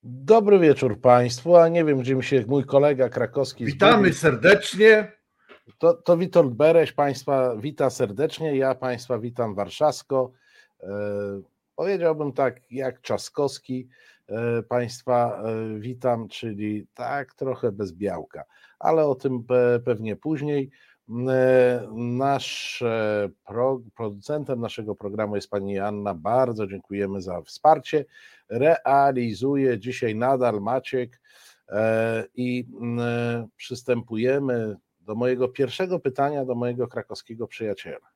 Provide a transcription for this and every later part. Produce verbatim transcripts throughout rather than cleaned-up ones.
Dobry wieczór Państwu, a nie wiem, gdzie mi się mój kolega krakowski Witamy zgubił. serdecznie. To, to Witold Bereś Państwa wita serdecznie, ja Państwa witam warszawsko. E, powiedziałbym tak, jak Trzaskowski e, Państwa e, witam, czyli tak trochę bez białka, ale o tym pe, pewnie później. E, nasz e, pro, producentem naszego programu jest pani Joanna, bardzo dziękujemy za wsparcie. Realizuje dzisiaj nadal Maciek e, i e, przystępujemy do mojego pierwszego pytania, do mojego krakowskiego przyjaciela.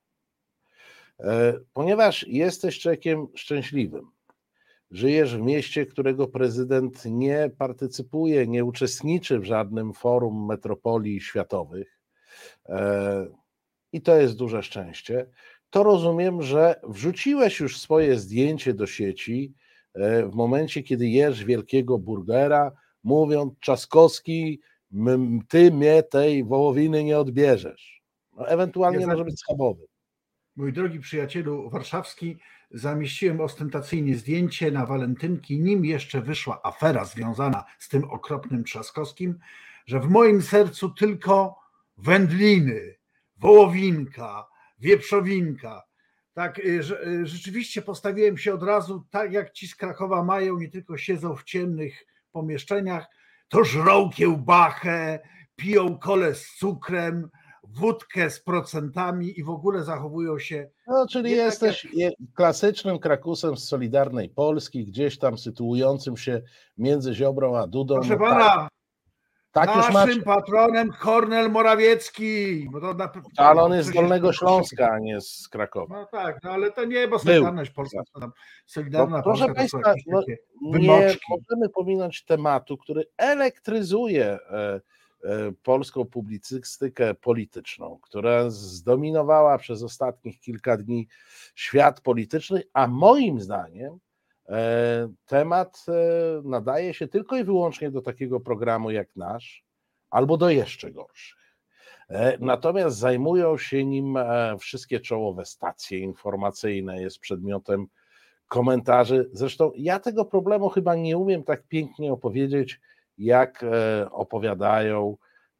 E, ponieważ jesteś człowiekiem szczęśliwym, żyjesz w mieście, którego prezydent nie partycypuje, nie uczestniczy w żadnym forum metropolii światowych e, i to jest duże szczęście, to rozumiem, że wrzuciłeś już swoje zdjęcie do sieci w momencie, kiedy jesz wielkiego burgera, mówiąc: Trzaskowski, ty mnie tej wołowiny nie odbierzesz. No, ewentualnie ja może być schabowy. Mój drogi przyjacielu warszawski, zamieściłem ostentacyjnie zdjęcie na walentynki, nim jeszcze wyszła afera związana z tym okropnym Trzaskowskim, że w moim sercu tylko wędliny, wołowinka, wieprzowinka. Tak, rzeczywiście postawiłem się od razu tak, jak ci z Krakowa mają, nie tylko siedzą w ciemnych pomieszczeniach, to żrą kiełbachę, piją kolę z cukrem, wódkę z procentami i w ogóle zachowują się... No, czyli jesteś jak... klasycznym krakusem z Solidarnej Polski, gdzieś tam sytuującym się między Ziobrą a Dudą. Proszę no, pana, tak. Tak naszym patronem Kornel Morawiecki. Bo to na... Ale on jest z Dolnego Śląska, a nie z Krakowa. No tak, no ale to nie, bo Solidarność Polska, to tam Solidarna no, Polska, proszę Państwa, no, nie możemy pominąć tematu, który elektryzuje e, e, polską publicystykę polityczną, która zdominowała przez ostatnich kilka dni świat polityczny, a moim zdaniem e, temat e, nadaje się tylko i wyłącznie do takiego programu jak nasz, albo do jeszcze gorszych. Natomiast zajmują się nim wszystkie czołowe stacje informacyjne, jest przedmiotem komentarzy. Zresztą ja tego problemu chyba nie umiem tak pięknie opowiedzieć, jak opowiadają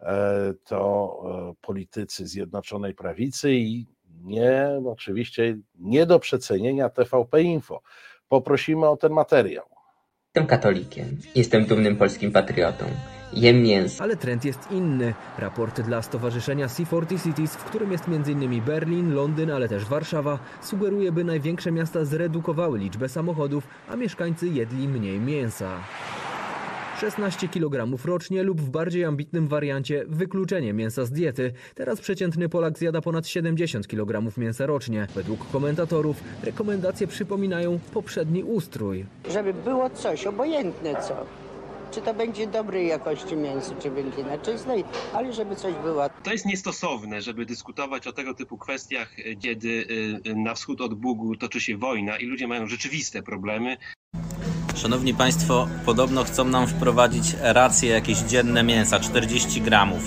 to politycy Zjednoczonej Prawicy i nie, oczywiście nie do przecenienia T V P Info. Poprosimy o ten materiał. Jestem katolikiem, jestem dumnym polskim patriotą. Jem mięso. Ale trend jest inny. Raport dla stowarzyszenia C czterdzieści Cities, w którym jest między innymi Berlin, Londyn, ale też Warszawa, sugeruje, by największe miasta zredukowały liczbę samochodów, a mieszkańcy jedli mniej mięsa. szesnaście kilogramów rocznie lub w bardziej ambitnym wariancie wykluczenie mięsa z diety. Teraz przeciętny Polak zjada ponad siedemdziesiąt kilogramów mięsa rocznie. Według komentatorów rekomendacje przypominają poprzedni ustrój. Żeby było coś, obojętne co. Czy to będzie dobrej jakości mięso, czy wędlina czystej, ale żeby coś było. To jest niestosowne, żeby dyskutować o tego typu kwestiach, kiedy na wschód od Bugu toczy się wojna i ludzie mają rzeczywiste problemy. Szanowni Państwo, podobno chcą nam wprowadzić racje jakieś dzienne mięsa, czterdzieści gramów.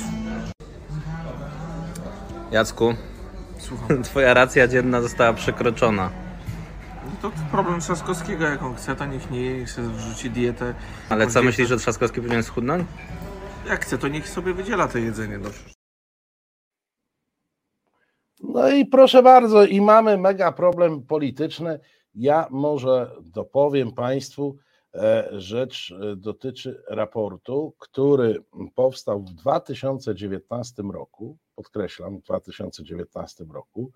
Jacku, słucham. Twoja racja dzienna została przekroczona. To problem Trzaskowskiego, jak on chce, to niech nie je, niech sobie wrzuci dietę. Ale co, myślisz, że Trzaskowski powinien schudnąć? Jak chce, to niech sobie wydziela to jedzenie. No. No i proszę bardzo, i mamy mega problem polityczny. Ja może dopowiem Państwu, rzecz dotyczy raportu, który powstał w dwa tysiące dziewiętnastym roku, podkreślam, w dwa tysiące dziewiętnastym roku,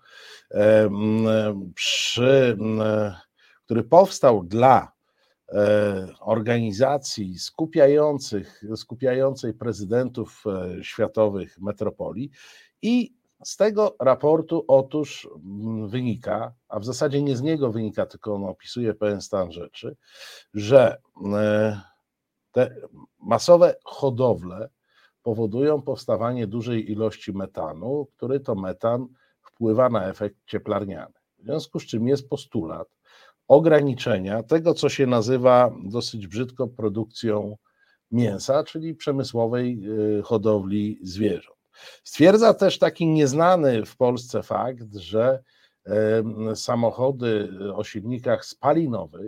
przy, który powstał dla organizacji skupiających, skupiającej prezydentów światowych metropolii i z tego raportu otóż wynika, a w zasadzie nie z niego wynika, tylko on opisuje pewien stan rzeczy, że te masowe hodowle powodują powstawanie dużej ilości metanu, który to metan wpływa na efekt cieplarniany. W związku z czym jest postulat ograniczenia tego, co się nazywa dosyć brzydko produkcją mięsa, czyli przemysłowej hodowli zwierząt. Stwierdza też taki nieznany w Polsce fakt, że samochody o silnikach spalinowych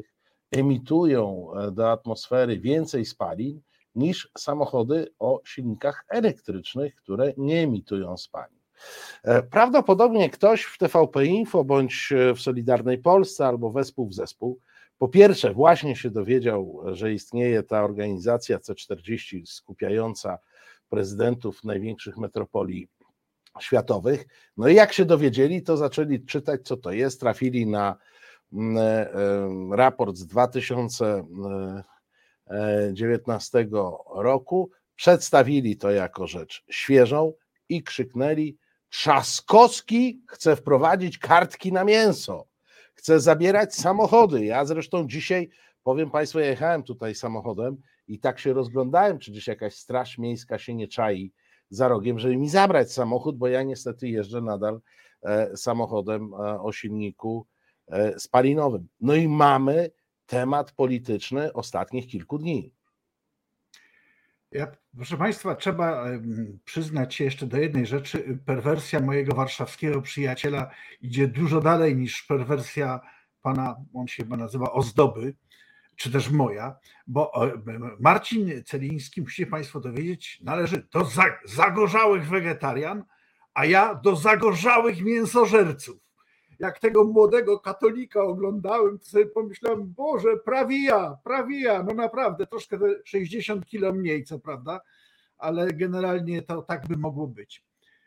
emitują do atmosfery więcej spalin niż samochody o silnikach elektrycznych, które nie emitują spalin. Prawdopodobnie ktoś w T V P Info bądź w Solidarnej Polsce albo wespół w zespół po pierwsze właśnie się dowiedział, że istnieje ta organizacja C czterdzieści skupiająca prezydentów największych metropolii światowych, no i jak się dowiedzieli, to zaczęli czytać, co to jest, trafili na raport z dwa tysiące dziewiętnastego roku, przedstawili to jako rzecz świeżą i krzyknęli: Trzaskowski chce wprowadzić kartki na mięso, chce zabierać samochody. Ja zresztą dzisiaj, powiem Państwu, ja jechałem tutaj samochodem i tak się rozglądałem, czy gdzieś jakaś straż miejska się nie czai za rogiem, żeby mi zabrać samochód, bo ja niestety jeżdżę nadal samochodem o silniku spalinowym. No i mamy temat polityczny ostatnich kilku dni. Ja, proszę Państwa, trzeba przyznać się jeszcze do jednej rzeczy. Perwersja mojego warszawskiego przyjaciela idzie dużo dalej niż perwersja pana, on się chyba nazywa Ozdoby, czy też moja, bo Marcin Celiński, musicie Państwo dowiedzieć, należy do zagorzałych wegetarian, a ja do zagorzałych mięsożerców. Jak tego młodego katolika oglądałem, to sobie pomyślałem, Boże, prawie ja, prawie ja, no naprawdę, troszkę sześćdziesiąt kilo mniej, co prawda, ale generalnie to tak by mogło być.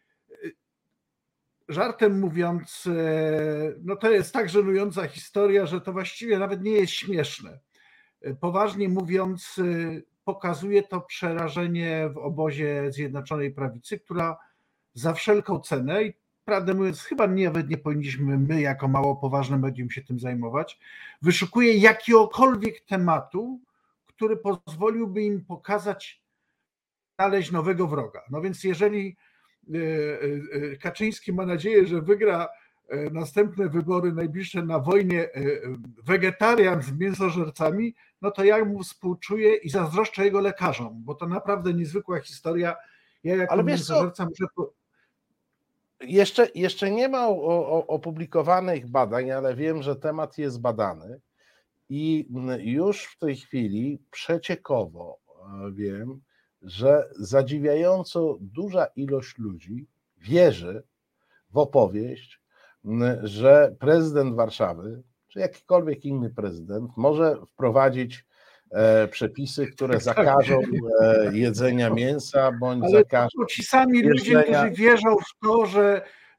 Żartem mówiąc, no to jest tak żenująca historia, że to właściwie nawet nie jest śmieszne. Poważnie mówiąc, pokazuje to przerażenie w obozie Zjednoczonej Prawicy, która za wszelką cenę, i prawdę mówiąc, chyba nawet nie powinniśmy my jako mało poważne medium się tym zajmować, wyszukuje jakiegokolwiek tematu, który pozwoliłby im pokazać, znaleźć nowego wroga. No więc jeżeli Kaczyński ma nadzieję, że wygra następne wybory najbliższe na wojnie wegetarian z mięsożercami, no to ja mu współczuję i zazdroszczę jego lekarzom, bo to naprawdę niezwykła historia. Ja jako Ale mięsożerca muszę... Jeszcze, jeszcze nie ma opublikowanych badań, ale wiem, że temat jest badany i już w tej chwili przeciekowo wiem, że zadziwiająco duża ilość ludzi wierzy w opowieść, że prezydent Warszawy, czy jakikolwiek inny prezydent może wprowadzić przepisy, które zakażą jedzenia mięsa, bądź Ale zakażą... to ci sami ludzie, którzy wierzą w to, że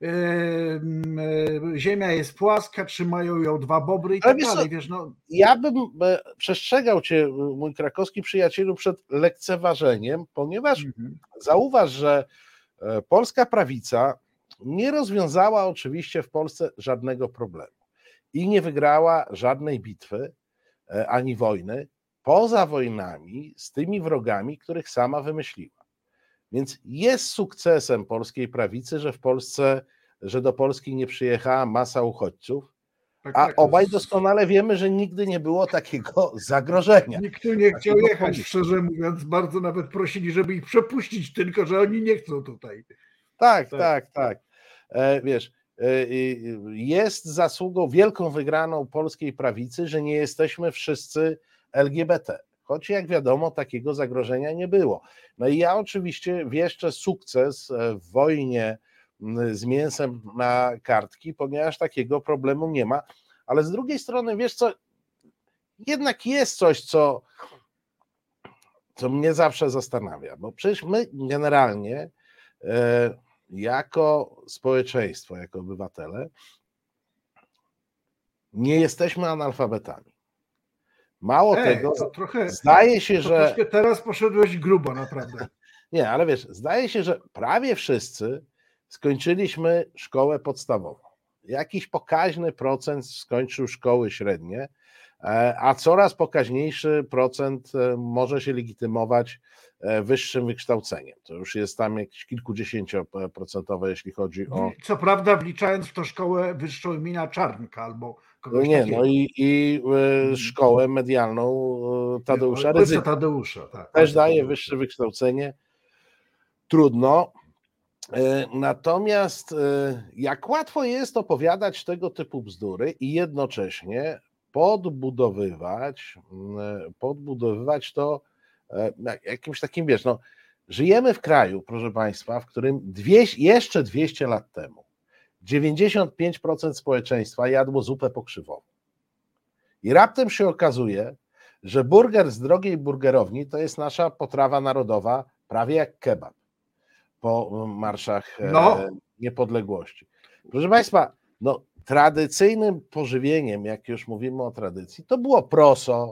ziemia jest płaska, trzymają ją dwa bobry i tak dalej. Wiesz, no... Ja bym przestrzegał cię, mój krakowski przyjacielu, przed lekceważeniem, ponieważ mhm. zauważ, że polska prawica nie rozwiązała oczywiście w Polsce żadnego problemu i nie wygrała żadnej bitwy ani wojny poza wojnami z tymi wrogami, których sama wymyśliła. Więc jest sukcesem polskiej prawicy, że w Polsce, że do Polski nie przyjechała masa uchodźców, tak, a tak, obaj jest... doskonale wiemy, że nigdy nie było takiego zagrożenia. Nikt tu nie chciał jechać, pomysłu. Szczerze mówiąc, bardzo nawet prosili, żeby ich przepuścić, tylko że oni nie chcą tutaj. Tak, tak, tak. tak. E, wiesz, e, jest zasługą, wielką wygraną polskiej prawicy, że nie jesteśmy wszyscy L G B T, choć jak wiadomo takiego zagrożenia nie było. No i ja oczywiście wieszczę sukces w wojnie z mięsem na kartki, ponieważ takiego problemu nie ma, ale z drugiej strony wiesz co, jednak jest coś, co, co mnie zawsze zastanawia, bo przecież my generalnie e, jako społeczeństwo, jako obywatele nie jesteśmy analfabetami. Mało Ej, tego, trochę, zdaje się, że... Teraz poszedłeś grubo, naprawdę. Nie, ale wiesz, zdaje się, że prawie wszyscy skończyliśmy szkołę podstawową. Jakiś pokaźny procent skończył szkoły średnie, a coraz pokaźniejszy procent może się legitymować wyższym wykształceniem. To już jest tam jakieś kilkudziesięcioprocentowe, jeśli chodzi o... Co prawda wliczając w to szkołę wyższą imienia Czarnka albo kogoś Nie, takiego. no i, i szkołę medialną Tadeusza Rydzyka. Tadeusza, tak. Też daje wyższe wykształcenie. Trudno. Natomiast jak łatwo jest opowiadać tego typu bzdury i jednocześnie podbudowywać, podbudowywać to jakimś takim, wiesz, no, żyjemy w kraju, proszę Państwa, w którym dwieście, jeszcze dwieście lat temu dziewięćdziesiąt pięć procent społeczeństwa jadło zupę pokrzywową. I raptem się okazuje, że burger z drogiej burgerowni to jest nasza potrawa narodowa, prawie jak kebab po marszach no. niepodległości. Proszę Państwa, no, tradycyjnym pożywieniem, jak już mówimy o tradycji, to było proso,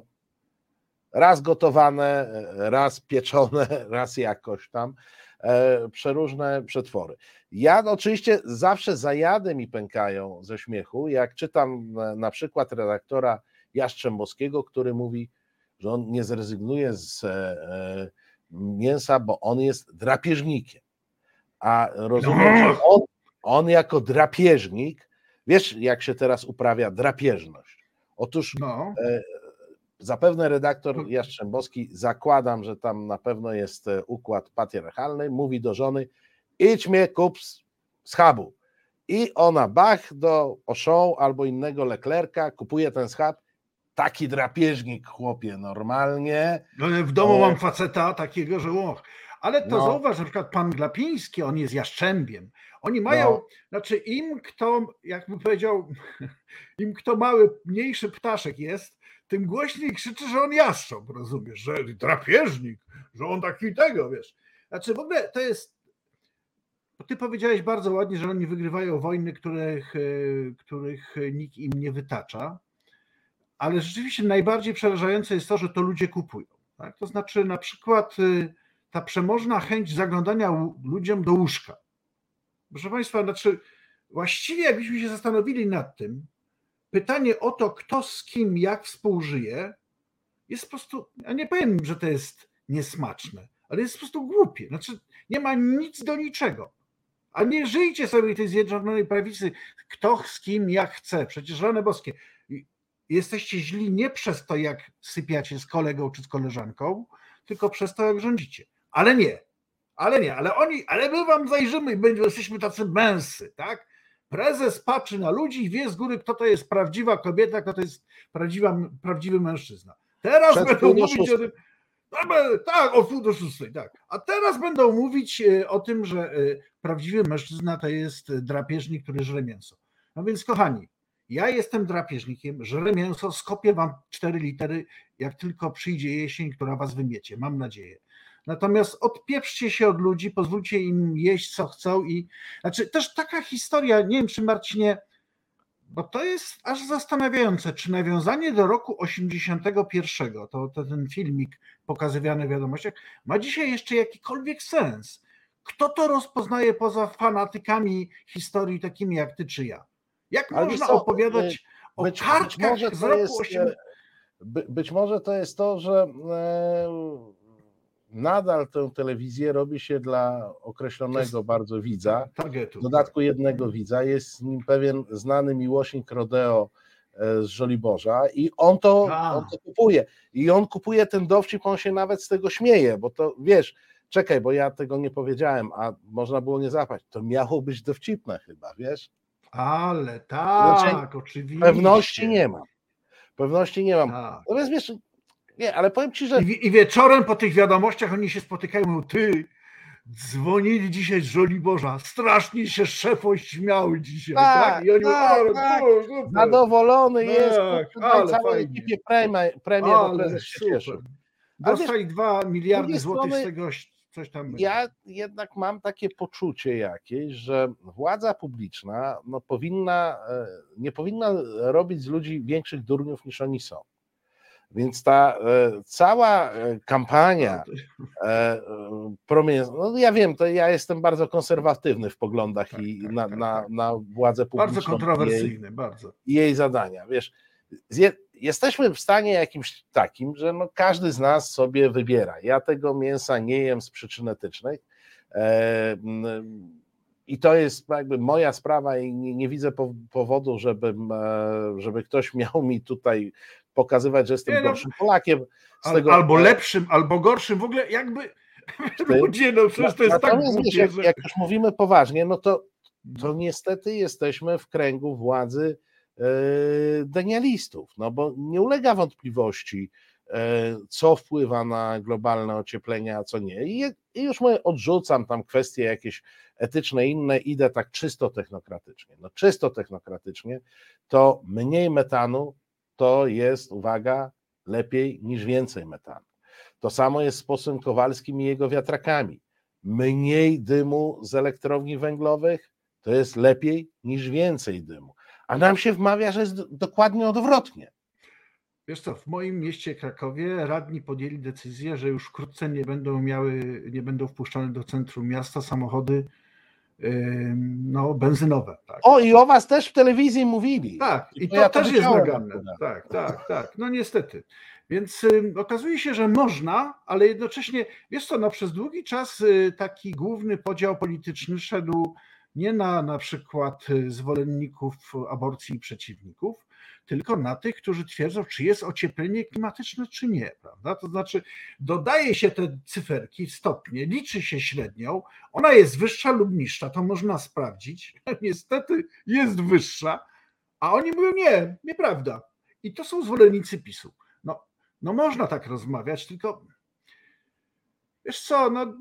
raz gotowane, raz pieczone, raz jakoś tam, e, przeróżne przetwory. Ja oczywiście zawsze zajady mi pękają ze śmiechu, jak czytam na przykład redaktora Jastrzębowskiego, który mówi, że on nie zrezygnuje z e, mięsa, bo on jest drapieżnikiem. A rozumiem, że on, on jako drapieżnik, wiesz, jak się teraz uprawia drapieżność? Otóż no. e, zapewne redaktor Jastrzębowski, zakładam, że tam na pewno jest układ patriarchalny, mówi do żony: idź mnie kup z schabu. I ona bach do Auchan albo innego Leclerca, kupuje ten schab. Taki drapieżnik, chłopie, normalnie. No, w domu mam faceta takiego, że och. Ale to no. Zauważ, na przykład pan Glapiński, on jest Jastrzębiem. Oni mają, no. Znaczy im kto, jakby powiedział, im kto mały, mniejszy ptaszek jest, tym głośniej krzyczy, że on jastrząb, rozumiesz, że drapieżnik, że on taki tego, wiesz. Znaczy w ogóle to jest, ty powiedziałeś bardzo ładnie, że oni wygrywają wojny, których, których nikt im nie wytacza, ale rzeczywiście najbardziej przerażające jest to, że to ludzie kupują. Tak? To znaczy na przykład ta przemożna chęć zaglądania ludziom do łóżka. Proszę Państwa, znaczy właściwie jakbyśmy się zastanowili nad tym, pytanie o to, kto z kim, jak współżyje, jest po prostu, ja nie powiem, że to jest niesmaczne, ale jest po prostu głupie. Znaczy nie ma nic do niczego. A nie żyjcie sobie tej Zjednoczonej Prawicy, kto z kim, jak chce. Przecież rany boskie, jesteście źli nie przez to, jak sypiacie z kolegą czy z koleżanką, tylko przez to, jak rządzicie. Ale nie, ale nie, ale oni, ale my wam zajrzymy i będziemy, jesteśmy tacy męscy, tak? Prezes patrzy na ludzi i wie z góry, kto to jest prawdziwa kobieta, kto to jest prawdziwa, prawdziwy mężczyzna. Teraz Przed będą mówić o tym, tak, o pół do szóstej, tak. A teraz będą mówić o tym, że prawdziwy mężczyzna to jest drapieżnik, który żre mięso. No więc kochani, ja jestem drapieżnikiem, żrę mięso, skopię wam cztery litery, jak tylko przyjdzie jesień, która was wymiecie, mam nadzieję. Natomiast odpieprzcie się od ludzi, pozwólcie im jeść co chcą i znaczy też taka historia, nie wiem czy Marcinie, bo to jest aż zastanawiające, czy nawiązanie do roku osiemdziesiątego pierwszego, to, to ten filmik pokazywany w wiadomościach, ma dzisiaj jeszcze jakikolwiek sens. Kto to rozpoznaje poza fanatykami historii takimi jak ty czy ja? Jak Ale można co, opowiadać być, o kartkach być z roku jest, osiemdziesiątego? By, być może to jest to, że e, nadal tę telewizję robi się dla określonego jest, bardzo widza, targetu, w dodatku tak. jednego widza, jest nim pewien znany miłośnik rodeo z Żoliborza i on to, on to kupuje. I on kupuje ten dowcip, on się nawet z tego śmieje, bo to wiesz, czekaj, bo ja tego nie powiedziałem, a można było nie zapać, to miało być dowcipne chyba, wiesz? Ale tak, znaczy, oczywiście. Pewności nie mam. Pewności nie mam. Tak. Natomiast wiesz, nie, ale powiem ci, że... I, I wieczorem po tych wiadomościach oni się spotykają, mówią, ty, dzwonili dzisiaj z Żoliborza, strasznie się szefo śmiały dzisiaj, tak? tak? I oni tak, mówią, tak. No, zadowolony tak, jest, ale całej ekipie premię, premię bo prezes się cieszy. Dostali dwa miliardy złotych z tego, coś tam będzie. Ja jednak mam takie poczucie jakieś, że władza publiczna no, powinna, nie powinna robić z ludzi większych durniów niż oni są. Więc ta e, cała kampania e, promień, no ja wiem, to ja jestem bardzo konserwatywny w poglądach tak, i tak, na, tak, na, na władzę publiczną. Bardzo kontrowersyjny, jej, bardzo. I jej zadania. Wiesz, zje, jesteśmy w stanie jakimś takim, że no każdy z nas sobie wybiera. Ja tego mięsa nie jem z przyczyn etycznych e, i to jest jakby moja sprawa i nie, nie widzę powodu, żeby, żeby ktoś miał mi tutaj pokazywać, że jestem nie, no, gorszym Polakiem. Z al, tego, albo lepszym, albo gorszym, w ogóle jakby ludzie, no przecież to jest tak głupie, jak, że... jak już mówimy poważnie, no to, to niestety jesteśmy w kręgu władzy denialistów, no bo nie ulega wątpliwości, co wpływa na globalne ocieplenie, a co nie. I już mówię, odrzucam tam kwestie jakieś etyczne, inne, idę tak czysto technokratycznie. No czysto technokratycznie to mniej metanu to jest, uwaga, lepiej niż więcej metanu. To samo jest z posłem Kowalskim i jego wiatrakami. Mniej dymu z elektrowni węglowych to jest lepiej niż więcej dymu. A nam się wmawia, że jest dokładnie odwrotnie. Wiesz co, w moim mieście Krakowie radni podjęli decyzję, że już wkrótce nie będą miały, nie będą wpuszczane do centrum miasta samochody yy, no, benzynowe. Tak. O, i o was też w telewizji mówili. Tak, i to, ja to też jest naganne. Akurat. Tak, tak, tak. No niestety. Więc y, okazuje się, że można, ale jednocześnie, wiesz co, no, przez długi czas y, taki główny podział polityczny szedł nie na na przykład zwolenników aborcji i przeciwników, tylko na tych, którzy twierdzą, czy jest ocieplenie klimatyczne, czy nie, prawda? To znaczy dodaje się te cyferki, stopnie, liczy się średnią, ona jest wyższa lub niższa, to można sprawdzić, niestety jest wyższa, a oni mówią nie, nieprawda. I to są zwolennicy PiSu. No, no można tak rozmawiać, tylko wiesz co, no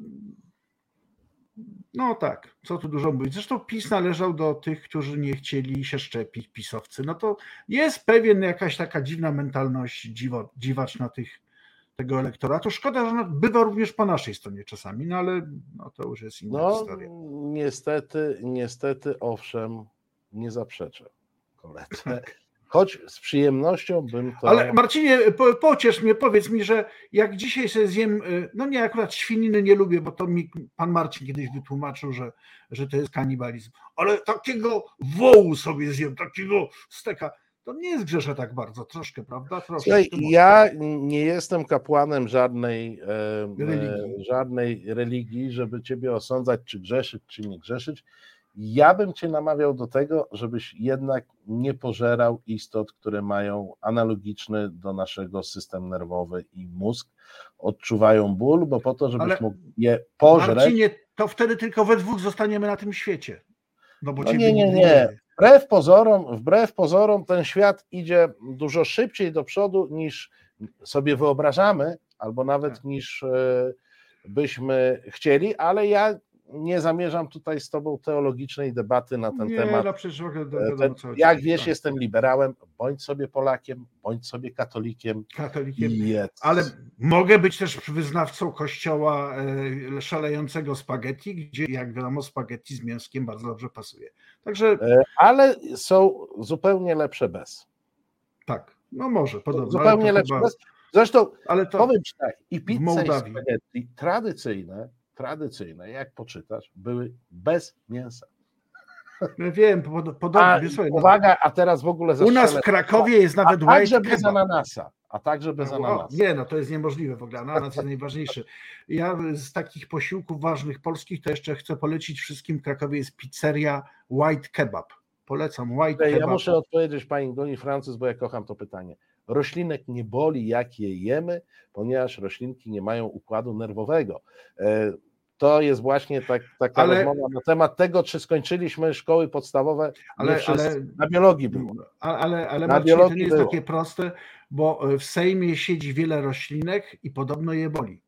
No tak, co tu dużo mówić. Zresztą PiS należał do tych, którzy nie chcieli się szczepić, pisowcy. No to jest pewien jakaś taka dziwna mentalność dziwo, dziwaczna tych, tego elektoratu. Szkoda, że ona bywa również po naszej stronie czasami, no ale no to już jest inna no, historia. Niestety, niestety, owszem, nie zaprzeczę koledze. Choć z przyjemnością bym to... Ale Marcinie, po, pociesz mnie, powiedz mi, że jak dzisiaj sobie zjem, no nie, akurat świniny nie lubię, bo to mi pan Marcin kiedyś wytłumaczył, że, że to jest kanibalizm, ale takiego wołu sobie zjem, takiego steka, to nie jest grzeszę tak bardzo, troszkę, prawda? Troszkę. Słuchaj, ja nie jestem kapłanem żadnej religii. e, żadnej religii, żeby ciebie osądzać, czy grzeszyć, czy nie grzeszyć. Ja bym cię namawiał do tego, żebyś jednak nie pożerał istot, które mają analogiczny do naszego system nerwowy i mózg, odczuwają ból, bo po to, żebyś Ale mógł je pożreć... Marcinie, to wtedy tylko we dwóch zostaniemy na tym świecie. No, bo no nie, nie, nie. Wbrew pozorom, wbrew pozorom ten świat idzie dużo szybciej do przodu niż sobie wyobrażamy, albo nawet tak. niż byśmy chcieli, ale ja nie zamierzam tutaj z tobą teologicznej debaty na ten nie, temat. No przecież wiadomo, ten, co jak chodzi. wiesz, tak. jestem liberałem, bądź sobie Polakiem, bądź sobie katolikiem. Katolikiem. Jedz. Ale mogę być też wyznawcą kościoła szalejącego spaghetti, gdzie jak wiadomo spaghetti z mięskiem bardzo dobrze pasuje. Także... Ale są zupełnie lepsze bez. Tak, no może, podobno. Zupełnie lepsze chyba... bez. Zresztą ale to powiem ci tak, i pizza i spaghetti tradycyjne, tradycyjne, jak poczytasz, były bez mięsa. No wiem, podobnie. A, uwaga, a teraz w ogóle u nas w Krakowie jest nawet a także bez ananasa. A także bez no, ananasa. O, nie, no to jest niemożliwe w ogóle. Ananas jest najważniejszy. Ja z takich posiłków ważnych polskich to jeszcze chcę polecić wszystkim. W Krakowie jest pizzeria White Kebab. Polecam White ja Kebab. Ja muszę odpowiedzieć pani Goni Francuz, bo ja kocham to pytanie. Roślinek nie boli, jak je jemy, ponieważ roślinki nie mają układu nerwowego. To jest właśnie tak, taka ale, rozmowa na temat tego, czy skończyliśmy szkoły podstawowe, ale, ale na biologii było. Ale, ale, ale na Marcin, to nie jest było. Takie proste, bo w Sejmie siedzi wiele roślinek i podobno je boli.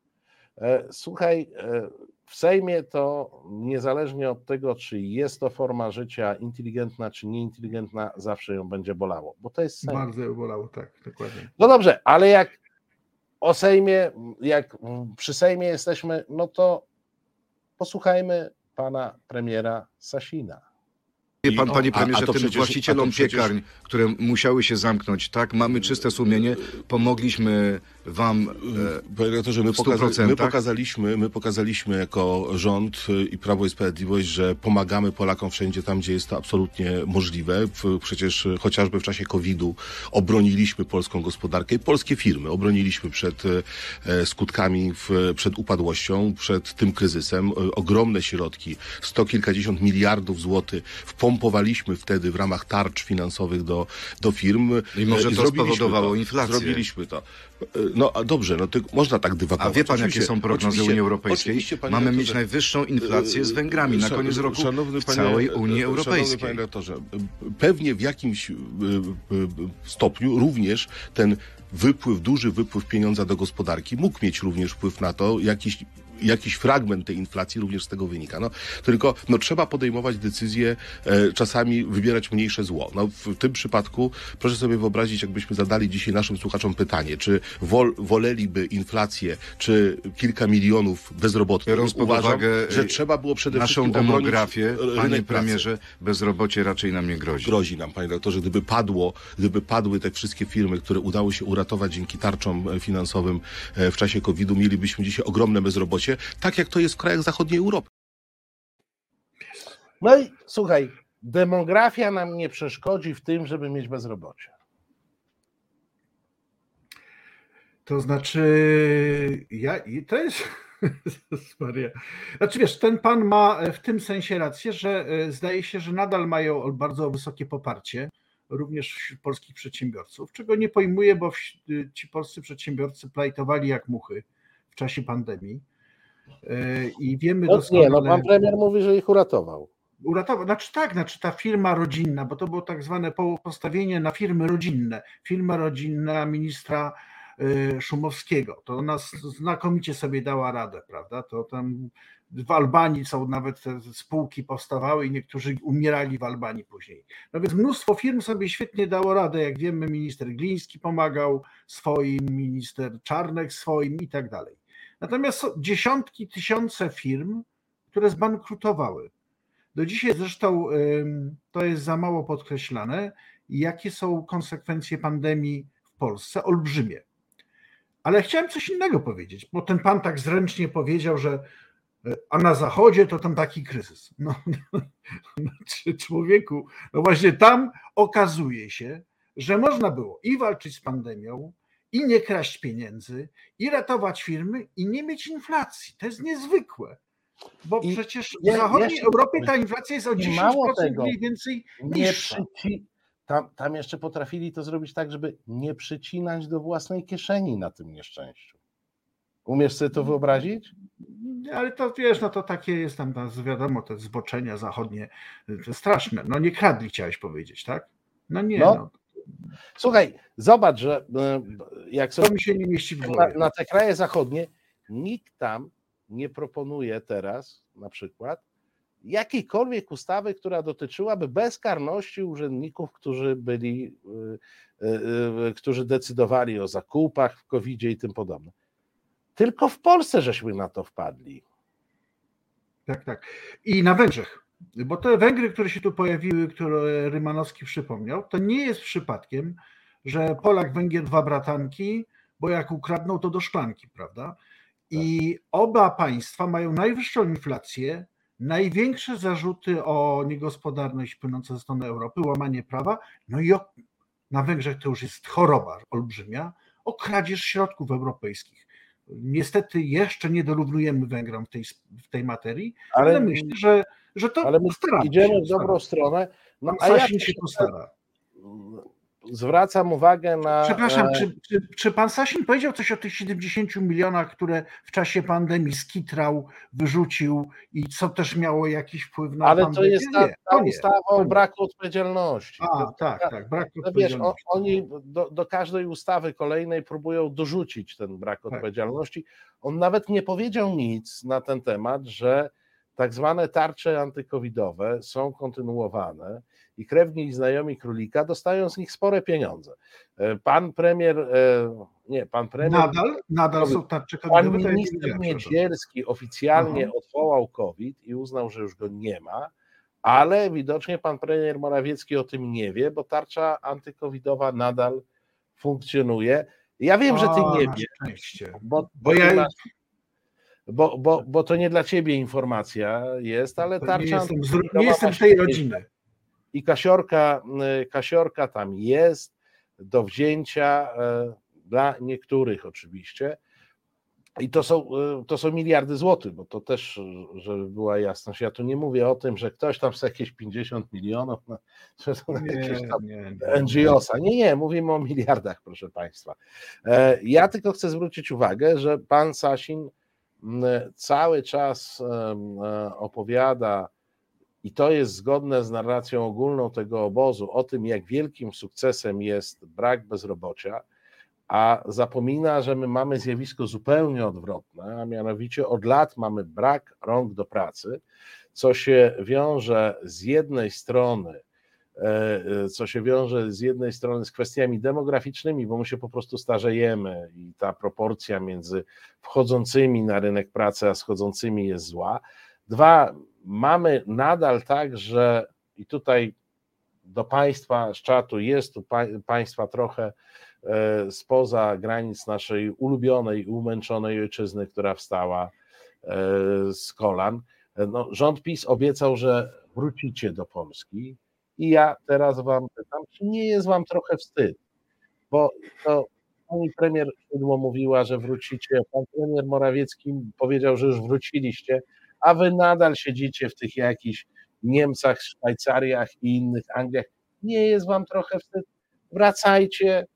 Słuchaj, w Sejmie to niezależnie od tego, czy jest to forma życia inteligentna, czy nieinteligentna, zawsze ją będzie bolało, bo to jest Sejm. Bardzo ją bolało, tak, dokładnie. No dobrze, ale jak o Sejmie, jak przy Sejmie jesteśmy, no to posłuchajmy pana premiera Sasina. Pan, panie premierze, a, a tym przecież, właścicielom przecież... piekarń, które musiały się zamknąć, tak, mamy czyste sumienie, pomogliśmy wam e, to, że my, pokaza my, pokazaliśmy, my pokazaliśmy jako rząd i Prawo i Sprawiedliwość, że pomagamy Polakom wszędzie tam, gdzie jest to absolutnie możliwe. Przecież chociażby w czasie kowidu obroniliśmy polską gospodarkę i polskie firmy. Obroniliśmy przed e, skutkami, w, przed upadłością, przed tym kryzysem. Ogromne środki, sto kilkadziesiąt miliardów złotych wpompowaliśmy wtedy w ramach tarcz finansowych do, do firm. I może to spowodowało inflację. Zrobiliśmy to. No a dobrze, no to można tak dywagować. A wie pan, jakie są prognozy Unii Europejskiej? Mamy mieć najwyższą inflację z Węgrami na koniec roku szanowny w panie, całej Unii Europejskiej. Szanowny panie redaktorze, pewnie w jakimś stopniu również ten wypływ, duży wypływ pieniądza do gospodarki mógł mieć również wpływ na to, jakiś jakiś fragment tej inflacji również z tego wynika. No, tylko no, trzeba podejmować decyzje, e, czasami wybierać mniejsze zło. No, w tym przypadku proszę sobie wyobrazić, jakbyśmy zadali dzisiaj naszym słuchaczom pytanie, czy wol, woleliby inflację, czy kilka milionów bezrobotnych. Biorąc pod Uważam, uwagę że trzeba było przede naszą wszystkim demografię, panie pracy. premierze, bezrobocie raczej nam nie grozi. Grozi nam, panie doktorze, gdyby padło, gdyby padły te wszystkie firmy, które udało się uratować dzięki tarczom finansowym w czasie kowida, mielibyśmy dzisiaj ogromne bezrobocie, tak jak to jest w krajach zachodniej Europy. No i słuchaj, demografia nam nie przeszkodzi w tym, żeby mieć bezrobocie. To znaczy, ja, i to jest, Maria. Znaczy wiesz, ten pan ma w tym sensie rację, że zdaje się, że nadal mają bardzo wysokie poparcie, również wśród polskich przedsiębiorców, czego nie pojmuję, bo ci polscy przedsiębiorcy plajtowali jak muchy w czasie pandemii. I wiemy no, doskonale... Nie, no pan premier mówi, że ich uratował. Uratował, znaczy tak, znaczy ta firma rodzinna, bo to było tak zwane postawienie na firmy rodzinne, firma rodzinna ministra Szumowskiego, to ona znakomicie sobie dała radę, prawda, to tam w Albanii są nawet te spółki powstawały i niektórzy umierali w Albanii później. No więc mnóstwo firm sobie świetnie dało radę, jak wiemy, minister Gliński pomagał swoim, minister Czarnek swoim i tak dalej. Natomiast są dziesiątki, tysiące firm, które zbankrutowały. Do dzisiaj zresztą to jest za mało podkreślane, jakie są konsekwencje pandemii w Polsce, olbrzymie. Ale chciałem coś innego powiedzieć, bo ten pan tak zręcznie powiedział, że a na zachodzie to tam taki kryzys. No, człowieku, no właśnie tam okazuje się, że można było i walczyć z pandemią, i nie kraść pieniędzy, i ratować firmy, i nie mieć inflacji. To jest niezwykłe. Bo I przecież w zachodniej Europie ta inflacja jest o dziesięć procent mniej więcej niższa. Tam, tam jeszcze potrafili to zrobić tak, żeby nie przycinać do własnej kieszeni na tym nieszczęściu. Umiesz sobie to wyobrazić? Ale to wiesz, no to takie jest tam, wiadomo, te zboczenia zachodnie, to straszne. No nie kradli, chciałeś powiedzieć, tak? No nie. No. No. Słuchaj, zobacz, że jak to mi się nie mieści w głowie. Na, na te kraje zachodnie nikt tam nie proponuje teraz na przykład jakiejkolwiek ustawy, która dotyczyłaby bezkarności urzędników, którzy byli, którzy decydowali o zakupach w kowidzie i tym podobne. Tylko w Polsce żeśmy na to wpadli. Tak, tak. I na Węgrzech, bo te Węgry, które się tu pojawiły, które Rymanowski przypomniał, to nie jest przypadkiem, że Polak, Węgier, dwa bratanki, bo jak ukradną, to do szklanki, prawda? I oba państwa mają najwyższą inflację, największe zarzuty o niegospodarność płynące ze strony Europy, łamanie prawa, no i o, na Węgrzech to już jest choroba olbrzymia, o kradzież środków europejskich. Niestety jeszcze nie dorównujemy Węgrom w tej, w tej materii, ale, ale myślę, że, że to ale my idziemy w dobrą stronę. No, a ja się postara. Zwracam uwagę na... Przepraszam, czy, czy, czy pan Sasin powiedział coś o tych siedemdziesięciu milionach, które w czasie pandemii skitrał, wyrzucił i co też miało jakiś wpływ na Ale pandemię? to jest ta, ta nie, ustawa to o braku odpowiedzialności. A, to, tak, ta, tak, brak no odpowiedzialności. Wiesz, o, oni do, do każdej ustawy kolejnej próbują dorzucić ten brak tak. odpowiedzialności. On nawet nie powiedział nic na ten temat, że tak zwane tarcze antykowidowe są kontynuowane i krewni i znajomi królika dostają z nich spore pieniądze. Pan premier, nie, pan premier... Nadal, nadal są tarcze covidowe. Pan minister Niedzielski oficjalnie Aha. odwołał COVID i uznał, że już go nie ma, ale widocznie pan premier Morawiecki o tym nie wie, bo tarcza antykowidowa nadal funkcjonuje. Ja wiem, A, że ty nie wiesz, bo, bo, ja... masz, bo, bo, bo to nie dla ciebie informacja jest, ale to tarcza nie jestem, z, nie jestem z tej rodziny. I kasiorka, kasiorka tam jest do wzięcia dla niektórych oczywiście. I to są, to są miliardy złotych, bo to też, żeby była jasność, ja tu nie mówię o tym, że ktoś tam z jakieś pięćdziesiąt milionów, no, że to na jakieś tam nie, nie, N G O S a. Nie, nie, mówimy o miliardach, proszę Państwa. Ja tylko chcę zwrócić uwagę, że pan Sasin cały czas opowiada, i to jest zgodne z narracją ogólną tego obozu, o tym, jak wielkim sukcesem jest brak bezrobocia, a zapomina, że my mamy zjawisko zupełnie odwrotne, a mianowicie od lat mamy brak rąk do pracy, co się wiąże z jednej strony, co się wiąże z jednej strony z kwestiami demograficznymi, bo my się po prostu starzejemy i ta proporcja między wchodzącymi na rynek pracy a schodzącymi jest zła. Dwa, mamy nadal tak, że i tutaj do Państwa z czatu jest tu Państwa trochę spoza granic naszej ulubionej i umęczonej ojczyzny, która wstała z kolan. No, rząd PiS obiecał, że wrócicie do Polski i ja teraz wam pytam, czy nie jest wam trochę wstyd, bo to pani premier Szydło mówiła, że wrócicie, pan premier Morawiecki powiedział, że już wróciliście, a wy nadal siedzicie w tych jakichś Niemcach, Szwajcariach i innych Angliach. Nie jest wam trochę wstyd? Wracajcie,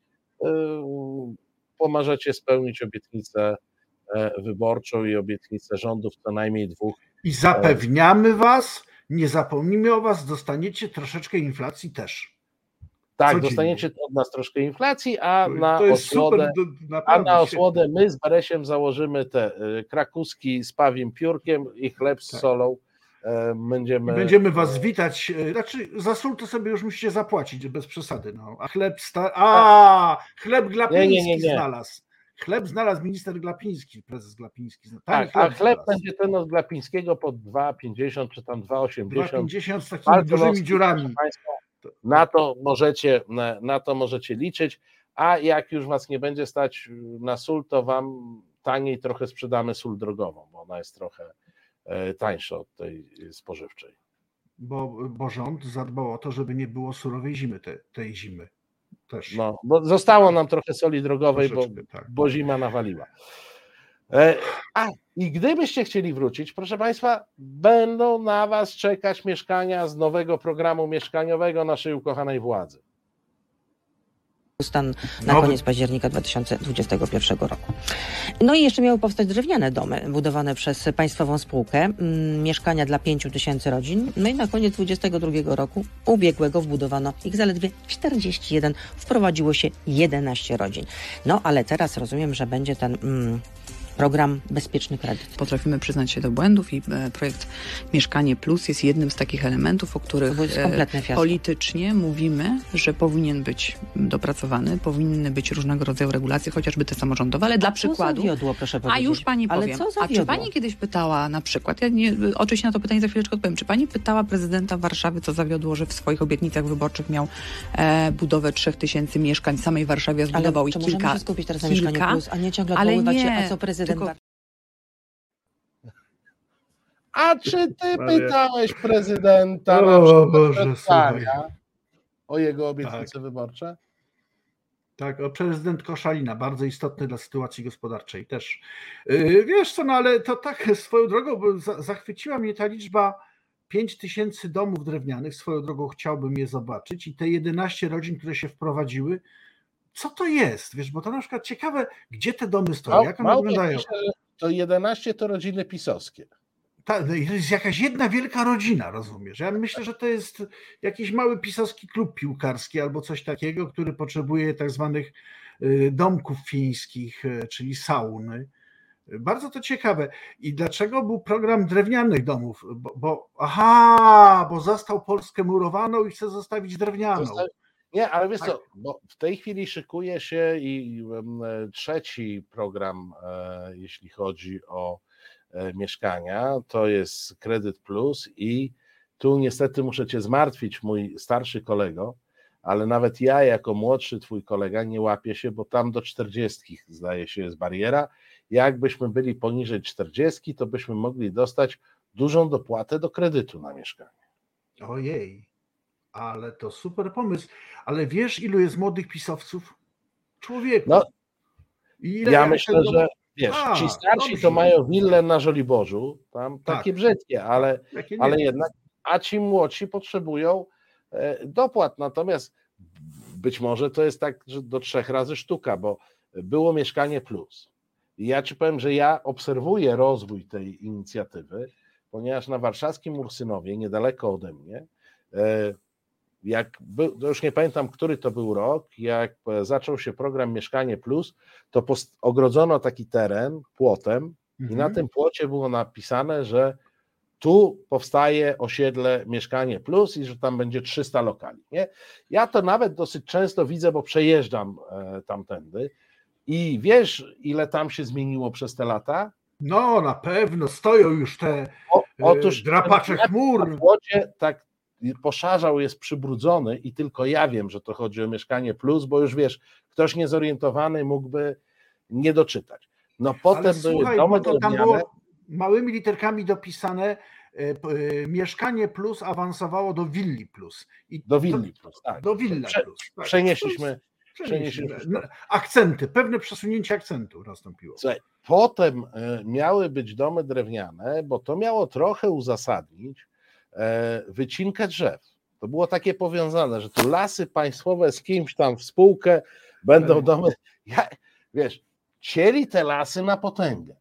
pomożecie spełnić obietnicę wyborczą i obietnicę rządów co najmniej dwóch. I zapewniamy was, nie zapomnimy o was, dostaniecie troszeczkę inflacji też. Tak, Codziennie. Dostaniecie od nas troszkę inflacji, a To na jest osłodę, super, a na osłodę my z Beresiem założymy te krakuski z pawim piórkiem i chleb z tak. solą. Będziemy... I będziemy was witać, znaczy za sól to sobie już musicie zapłacić, bez przesady, no. A chleb sta... A, chleb Glapiński nie, nie, nie, nie. znalazł. Chleb znalazł minister Glapiński, prezes Glapiński. Tak, chleb a chleb będzie ten od Glapińskiego po dwa pięćdziesiąt czy tam dwa osiemdziesiąt. dwa pięćdziesiąt z takimi dużymi dziurami. Na to możecie, na, na to możecie liczyć, a jak już was nie będzie stać na sól, to wam taniej trochę sprzedamy sól drogową, bo ona jest trochę tańsza od tej spożywczej. Bo, bo rząd zadbał o to, żeby nie było surowej zimy te, tej zimy. Też. No, bo zostało nam trochę soli drogowej, bo, tak. bo zima nawaliła. A i gdybyście chcieli wrócić, proszę Państwa, będą na Was czekać mieszkania z nowego programu mieszkaniowego naszej ukochanej władzy. Stan na Nowy. koniec października dwa tysiące dwudziestego pierwszego roku. No i jeszcze miały powstać drewniane domy budowane przez państwową spółkę, mm, mieszkania dla pięciu tysięcy rodzin. No i na koniec dwudziestego drugiego roku ubiegłego wbudowano ich zaledwie czterdzieści jeden, wprowadziło się jedenaście rodzin. No ale teraz rozumiem, że będzie ten mm, program Bezpieczny Kredyt. Potrafimy przyznać się do błędów i projekt Mieszkanie Plus jest jednym z takich elementów, o których politycznie mówimy, że powinien być dopracowany, powinny być różnego rodzaju regulacje, chociażby te samorządowe, ale dla przykładu... Zawiodło, proszę powiedzieć. A już pani ale powiem. Co A czy pani kiedyś pytała na przykład, ja nie, oczywiście na to pytanie za chwileczkę odpowiem, czy pani pytała prezydenta Warszawy, co zawiodło, że w swoich obietnicach wyborczych miał e, budowę trzech tysięcy mieszkań w samej Warszawie, zbudował ich kilka. Ale możemy się skupić teraz na Mieszkaniu Plus, a nie ciągle odwoływać się, a co prezydent... Tylko... A czy ty pytałeś prezydenta o, Boże, o jego obietnice tak. wyborcze? Tak, o prezydent Koszalina, bardzo istotny dla sytuacji gospodarczej też. Yy, wiesz co, no ale to tak swoją drogą, bo za, zachwyciła mnie ta liczba pięć tysięcy domów drewnianych, swoją drogą chciałbym je zobaczyć i te jedenaście rodzin, które się wprowadziły, co to jest, wiesz, bo to na przykład ciekawe, gdzie te domy stoją, jak one wyglądają. Pisze, to jedenaście to rodziny pisowskie. Ta, jest jakaś jedna wielka rodzina, rozumiesz? Ja myślę, że to jest jakiś mały pisowski klub piłkarski albo coś takiego, który potrzebuje tak zwanych domków fińskich, czyli sauny. Bardzo to ciekawe. I dlaczego był program drewnianych domów? Bo, bo aha, bo zastał Polskę murowaną i chce zostawić drewnianą. Zostawi... Nie, ale wiesz co, bo w tej chwili szykuje się i trzeci program, jeśli chodzi o mieszkania, to jest Kredyt Plus i tu niestety muszę cię zmartwić, mój starszy kolego, ale nawet ja jako młodszy twój kolega nie łapię się, bo tam do czterdziestki zdaje się jest bariera. Jakbyśmy byli poniżej czterdziestki, to byśmy mogli dostać dużą dopłatę do kredytu na mieszkanie. Ojej, ale to super pomysł. Ale wiesz, ilu jest młodych pisowców? Człowieku. No, ile ja myślę, że Wiesz, A, ci starsi dobrze. to mają willę na Żoliborzu, tam Tak. takie brzydkie, ale, Takie nie. ale jednak, a ci młodsi potrzebują e, dopłat, natomiast być może to jest tak, że do trzech razy sztuka, bo było Mieszkanie Plus. I ja ci powiem, że ja obserwuję rozwój tej inicjatywy, ponieważ na warszawskim Ursynowie, niedaleko ode mnie, e, jak był, to już nie pamiętam, który to był rok, jak zaczął się program Mieszkanie Plus, to post- ogrodzono taki teren płotem Mhm. i na tym płocie było napisane, że tu powstaje osiedle Mieszkanie Plus i że tam będzie trzysta lokali. Nie? Ja to nawet dosyć często widzę, bo przejeżdżam e, tamtędy i wiesz, ile tam się zmieniło przez te lata? No, na pewno, stoją już te O, otóż e, drapacze ten chmur. na płocie tak poszarzał, jest przybrudzony i tylko ja wiem, że to chodzi o Mieszkanie Plus, bo już wiesz, ktoś niezorientowany mógłby nie doczytać. No potem Ale były słuchaj, domy bo to tam drewniane. było małymi literkami dopisane, e, e, Mieszkanie Plus awansowało do Willi Plus. I Do Willi Plus, tak. Do Willa Prze- Plus. Tak. Przenieśliśmy, Przenieśliśmy. przenieśliśmy. Akcenty, pewne przesunięcie akcentu nastąpiło. Słuchaj, potem e, miały być domy drewniane, bo to miało trochę uzasadnić e, wycinkę drzew. To było takie powiązane, że tu Lasy Państwowe z kimś tam w spółkę będą Tak. domy. Ja, wiesz, cieli te lasy na potęgę.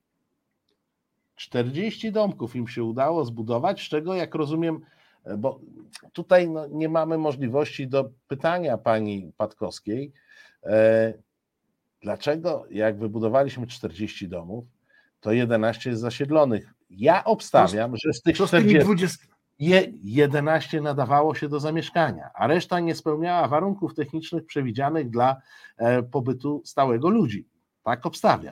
czterdzieści domków im się udało zbudować, z czego, jak rozumiem, bo tutaj no, nie mamy możliwości do pytania pani Patkowskiej, e, dlaczego jak wybudowaliśmy czterdzieści domów, to jedenaście jest zasiedlonych. Ja obstawiam, że z tych czterdziestu je, jedenaście nadawało się do zamieszkania, a reszta nie spełniała warunków technicznych przewidzianych dla e, pobytu stałego ludzi. Tak obstawiam.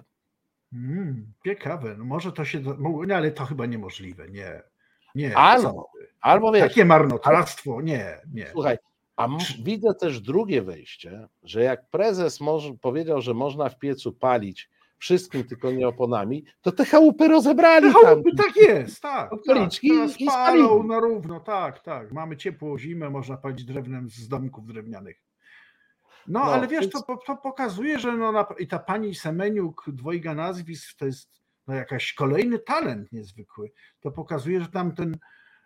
Mm, ciekawe, no może to się, no, ale to chyba niemożliwe, nie. Nie. Albo, albo wiesz, takie marnotrawstwo, nie, nie. Słuchaj, a m- widzę też drugie wejście, że jak prezes może, powiedział, że można w piecu palić wszystkim, tylko nie oponami, to te chałupy rozebrali Te tam. chałupy, tak jest, tak. Okoliczki tak. Teraz i palą spalili. na równo, tak, tak. Mamy ciepłą zimę, można palić drewnem z domków drewnianych. No, No, ale wiesz, więc- to, to pokazuje, że no, na- i ta pani Semeniuk, dwojga nazwisk, to jest no, jakaś kolejny talent niezwykły. To pokazuje, że tam ten,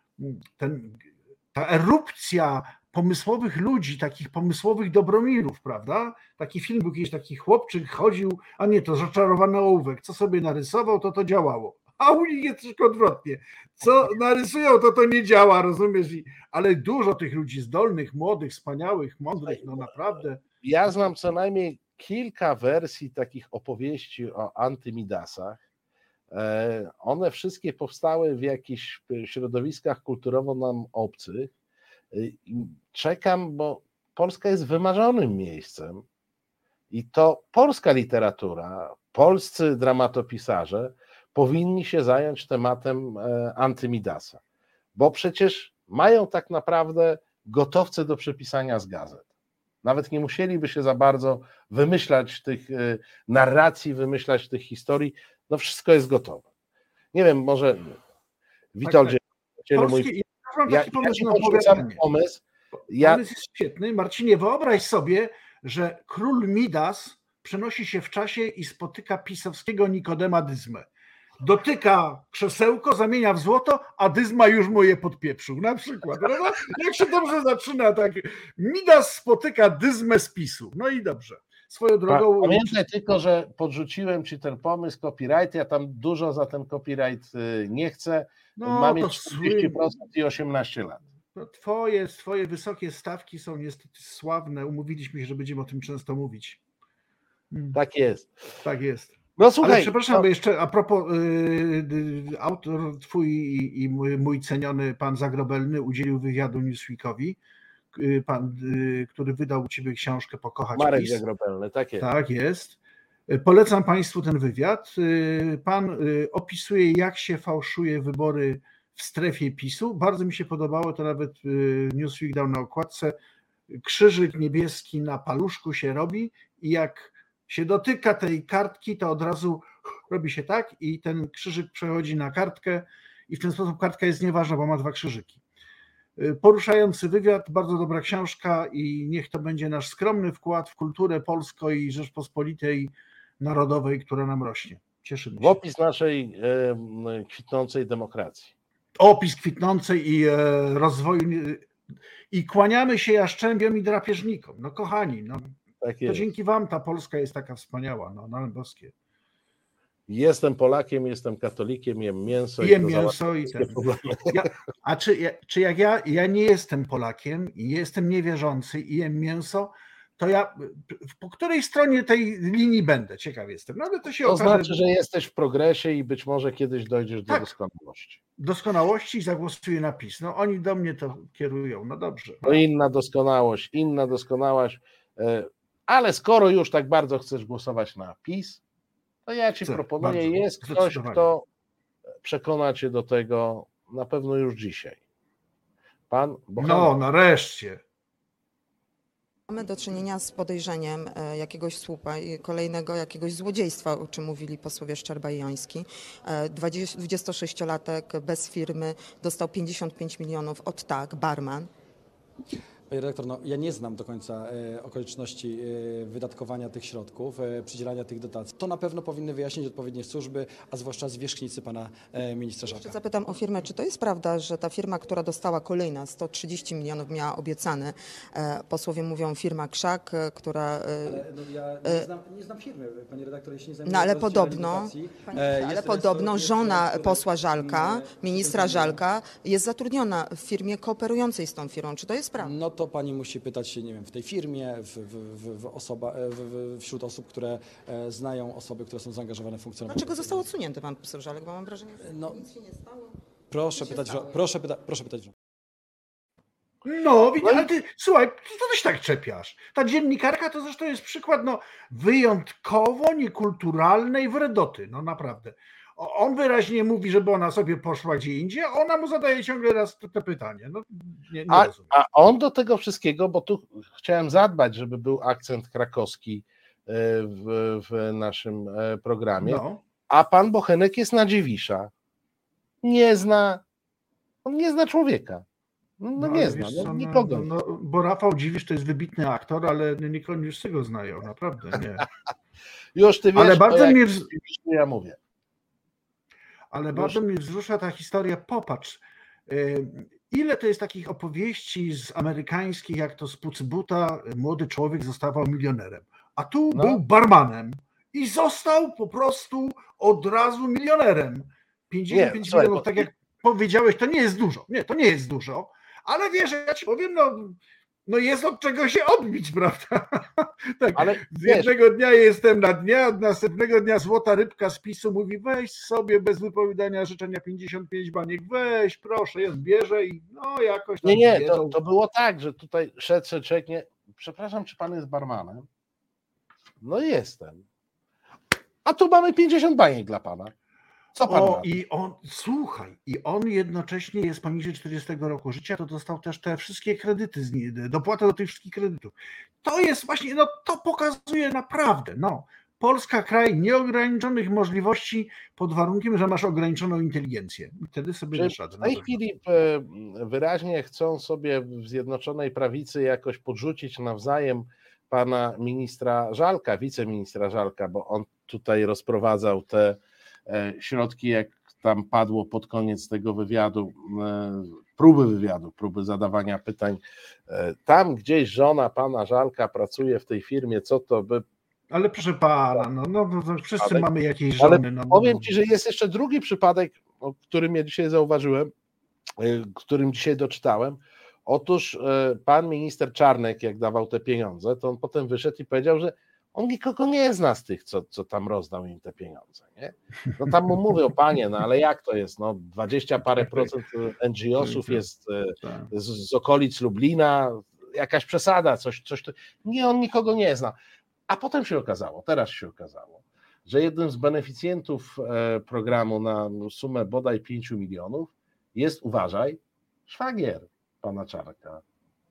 ten, ta erupcja pomysłowych ludzi, takich pomysłowych Dobromirów, prawda? Taki film był kiedyś, taki chłopczyk chodził, a nie, to zaczarowany ołówek, co sobie narysował, to to działało. A u nich jest troszkę odwrotnie. Co narysują, to to nie działa, rozumiesz? I- Ale dużo tych ludzi zdolnych, młodych, wspaniałych, mądrych, no naprawdę. Ja znam co najmniej kilka wersji takich opowieści o antymidasach. E, One wszystkie powstały w jakichś środowiskach kulturowo nam obcych. E, i Czekam, bo Polska jest wymarzonym miejscem i to polska literatura, polscy dramatopisarze powinni się zająć tematem e, antymidasa, bo przecież mają tak naprawdę gotowce do przepisania z gazet. Nawet nie musieliby się za bardzo wymyślać tych e, narracji, wymyślać tych historii. No wszystko jest gotowe. Nie wiem, może Witoldzie, Tak, mój, Polski, ja mam ja, taki ja pomysł ci na podrzucam opowiadanie. pomysł. Ja, Pomysł jest świetny. Marcinie, wyobraź sobie, że król Midas przenosi się w czasie i spotyka pisowskiego Nikodema Dyzmę. Dotyka krzesełko, zamienia w złoto, a Dyzma już mu je podpieprzył. Na przykład. Prawda? Jak się dobrze zaczyna, tak. Midas spotyka Dyzmę z PiSu. No i dobrze. Swoją drogą. Pamiętaj tylko, że podrzuciłem ci ten pomysł copyright. Ja tam dużo za ten copyright nie chcę. No, Mam to mieć czterdzieści procent i osiemnaście lat. No twoje, twoje wysokie stawki są niestety sławne. Umówiliśmy się, że będziemy o tym często mówić. Tak jest. Tak jest. No słuchaj. Ale przepraszam, no, bo jeszcze a propos, yy, autor twój i, i mój, mój ceniony pan Zagrobelny udzielił wywiadu Newsweekowi, yy, pan, yy, który wydał u ciebie książkę Pokochać Marek PiS. Zagrobelny, tak jest. Tak jest. Polecam państwu ten wywiad. Yy, pan yy, opisuje, jak się fałszuje wybory w strefie PiSu. Bardzo mi się podobało, to nawet yy, Newsweek dał na okładce. Krzyżyk niebieski na paluszku się robi i jak się dotyka tej kartki, to od razu robi się tak i ten krzyżyk przechodzi na kartkę i w ten sposób kartka jest nieważna, bo ma dwa krzyżyki. Poruszający wywiad, bardzo dobra książka i niech to będzie nasz skromny wkład w kulturę polską i Rzeczpospolitej Narodowej, która nam rośnie. Cieszymy się. W opis naszej e, kwitnącej demokracji. Opis kwitnącej i e, rozwoju. I kłaniamy się jaszczębiom i drapieżnikom. No kochani, no, tak to dzięki wam ta Polska jest taka wspaniała. No, no boskie. Jestem Polakiem, jestem katolikiem, jem mięso. Jem i mięso i ten. Ja, a czy, czy jak ja, ja nie jestem Polakiem i jestem niewierzący i jem mięso, to ja po której stronie tej linii będę? Ciekaw jestem. No, ale to się to okaże... znaczy, że jesteś w progresie i być może kiedyś dojdziesz do tak. doskonałości. Doskonałości i zagłosuję na PiS. No oni do mnie to kierują. No dobrze. No inna doskonałość, inna doskonałość. Ale skoro już tak bardzo chcesz głosować na PiS, to ja ci Chcę, proponuję, bardzo, jest ktoś, kto przekona cię do tego na pewno już dzisiaj. Pan Bochenek. No, nareszcie. Mamy do czynienia z podejrzeniem jakiegoś słupa i kolejnego jakiegoś złodziejstwa, o czym mówili posłowie Szczerba i Joński. dwudziestosześciolatek bez firmy dostał pięćdziesiąt pięć milionów od tak, barman. Panie redaktor, no, ja nie znam do końca e, okoliczności e, wydatkowania tych środków, e, przydzielania tych dotacji. To na pewno powinny wyjaśnić odpowiednie służby, a zwłaszcza zwierzchnicy pana e, ministra Żalka. Jeszcze zapytam o firmę, czy to jest prawda, że ta firma, która dostała kolejna sto trzydzieści milionów, miała obiecane, e, posłowie mówią firma Krzak, e, która... E, ale no, ja nie znam, nie znam firmy, panie redaktor, jeśli nie zajmuję No ale podobno, e, ale podobno żona posła Żalka, ministra Żalka, jest zatrudniona w firmie kooperującej z tą firmą. Czy to jest prawda? No to pani musi pytać się, nie wiem, w tej firmie, w, w, w osoba, w, wśród osób, które e, znają osoby, które są zaangażowane w funkcjonowanie. Dlaczego został odsunięty pan profesor Żalek? Bo mam wrażenie, że no, nic się nie stało. Proszę pytać, że, proszę, pyta, proszę pytać. Że... No, ale ty, słuchaj, ty to też tak czepiasz. Ta dziennikarka to zresztą jest przykład no, wyjątkowo niekulturalnej wredoty, no naprawdę. On wyraźnie mówi, żeby ona sobie poszła gdzie indziej, a ona mu zadaje ciągle raz to, to pytanie. No, nie, nie a, a on do tego wszystkiego, bo tu chciałem zadbać, żeby był akcent krakowski w, w naszym programie, no. A pan Bochenek jest na Dziwisza. Nie zna, on nie zna człowieka. No, no nie zna, no, nikogo. No, no, bo Rafał Dziwisz to jest wybitny aktor, ale niekoniecznie go znają, naprawdę nie. Już ty wiesz, ale bardzo jak mnie... ja mówię. Ale bardzo mnie wzrusza ta historia. Popatrz, ile to jest takich opowieści z amerykańskich, jak to z Pucybuta młody człowiek zostawał milionerem, a tu no. był barmanem i został po prostu od razu milionerem. pięćdziesiąt pięć milionów, bo... tak jak powiedziałeś, to nie jest dużo. Nie, to nie jest dużo, ale wiesz, ja ci powiem, no, no jest od czego się odbić, prawda? Tak, ale z jednego wiesz, dnia jestem na dnia, od następnego dnia złota rybka z PiSu mówi, weź sobie bez wypowiadania życzenia pięćdziesiąt pięć baniek, weź, proszę, jest, bierze i no jakoś tam Nie, nie, to, to było tak, że tutaj szedł czek, nie, przepraszam, czy pan jest barmanem? No jestem. A tu mamy pięćdziesiąt baniek dla pana. Co pan o, i on, słuchaj, i on jednocześnie jest poniżej czterdziestego roku życia, to dostał też te wszystkie kredyty, z nie, dopłatę do tych wszystkich kredytów. To jest właśnie, no to pokazuje naprawdę, no, Polska kraj nieograniczonych możliwości pod warunkiem, że masz ograniczoną inteligencję. Wtedy sobie dasz radę. W tej chwili wyraźnie chcą sobie w Zjednoczonej Prawicy jakoś podrzucić nawzajem pana ministra Żalka, wiceministra Żalka, bo on tutaj rozprowadzał te środki, jak tam padło pod koniec tego wywiadu, próby wywiadu, próby zadawania pytań. Tam gdzieś żona pana Żalka pracuje w tej firmie, co to by... Ale proszę pana, no, no, no wszyscy przypadek. mamy jakieś żony. Ale no, powiem no. ci, że jest jeszcze drugi przypadek, o którym ja dzisiaj zauważyłem, którym dzisiaj doczytałem. Otóż pan minister Czarnek, jak dawał te pieniądze, to on potem wyszedł i powiedział, że on nikogo nie zna z tych, co, co tam rozdał im te pieniądze, nie? No tam mu mówią, panie, no ale jak to jest, no dwadzieścia parę procent en dżi osów jest z, z okolic Lublina, jakaś przesada, coś, coś, to... nie, on nikogo nie zna. A potem się okazało, teraz się okazało, że jednym z beneficjentów programu na sumę bodaj pięciu milionów jest, uważaj, szwagier pana Czarnka.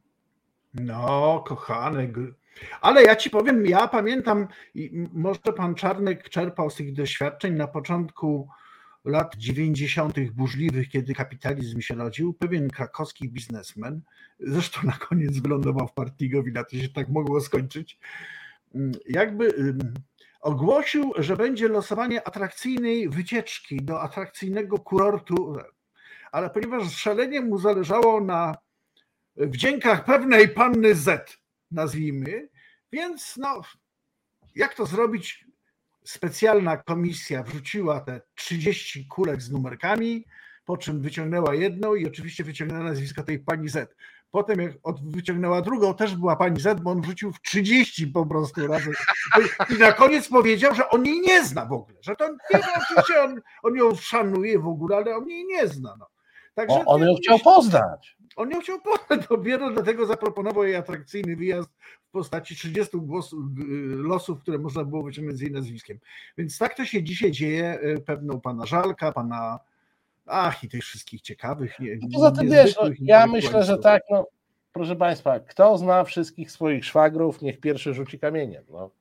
No, kochany, ale ja ci powiem, ja pamiętam, i może pan Czarnek czerpał z tych doświadczeń na początku lat dziewięćdziesiątych burzliwych, kiedy kapitalizm się rodził, pewien krakowski biznesmen, zresztą na koniec wylądował w Partigowi, na to się tak mogło skończyć, jakby ogłosił, że będzie losowanie atrakcyjnej wycieczki do atrakcyjnego kurortu, ale ponieważ szalenie mu zależało na wdziękach pewnej panny Z, nazwijmy, więc no, jak to zrobić? Specjalna komisja wrzuciła te trzydzieści kulek z numerkami, po czym wyciągnęła jedną i oczywiście wyciągnęła nazwisko tej pani Z. Potem jak wyciągnęła drugą, też była pani Z, bo on wrzucił w trzydzieści po prostu razy. I na koniec powiedział, że on jej nie zna w ogóle, że to nie, oczywiście on, on ją szanuje w ogóle, ale on jej nie zna. No. Także o, on ją chciał poznać. On ją chciał poznać, dopiero dlatego zaproponował jej atrakcyjny wyjazd w postaci trzydziestu głosów, losów, które można było wyciągnąć z jej nazwiskiem. Więc tak to się dzisiaj dzieje, pewną pana Żalka, pana ach i tych wszystkich ciekawych. Nie, poza tym wiesz, no, ja myślę, że tak, no proszę Państwa, kto zna wszystkich swoich szwagrów, niech pierwszy rzuci kamieniem. No.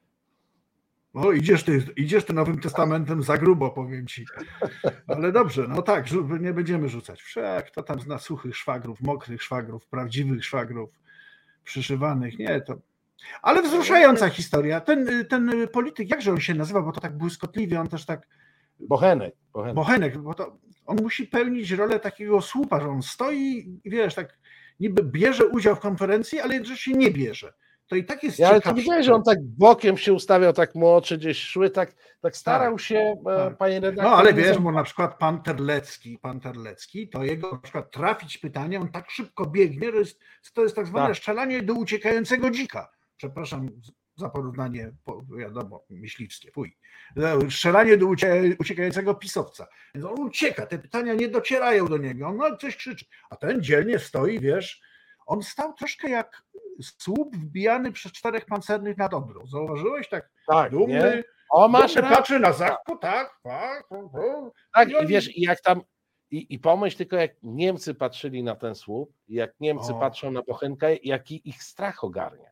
O, idziesz ty, idziesz ty Nowym Testamentem za grubo, powiem ci. Ale dobrze, no tak, nie będziemy rzucać. Wszak kto tam zna suchych szwagrów, mokrych szwagrów, prawdziwych szwagrów, przyszywanych, nie, to... Ale wzruszająca historia. Ten, ten polityk, jakże on się nazywa, bo to tak błyskotliwie, on też tak... Bochenek. Bochenek, Bochenek bo to on musi pełnić rolę takiego słupa, że on stoi i wiesz, tak niby bierze udział w konferencji, ale że się nie bierze. To i tak jest ja, ciekawsze. Ale to widziałeś, że on tak bokiem się ustawiał, tak mu oczy gdzieś szły, tak, tak starał tak, się, tak. Panie redaktorze. No ale wiesz, bo na przykład pan Terlecki, pan Terlecki, to jego na przykład trafić pytanie, on tak szybko biegnie, to jest, to jest tak zwane tak. strzelanie do uciekającego dzika. Przepraszam za porównanie, wiadomo, myśliwskie, pój. Strzelanie do uciekającego pisowca. Więc on ucieka, te pytania nie docierają do niego, on no, coś krzyczy, a ten dzielnie stoi, wiesz, on stał troszkę jak słup wbijany przez czterech pancernych nad Odrą. Zauważyłeś? Tak, tak dumny, nie? O, masz dumny patrzy na zachód, tak, tak. Tak, i wiesz, i jak tam, i, i pomyśl tylko, jak Niemcy patrzyli na ten słup, jak Niemcy o. patrzą na Bochenka, jaki ich strach ogarnia.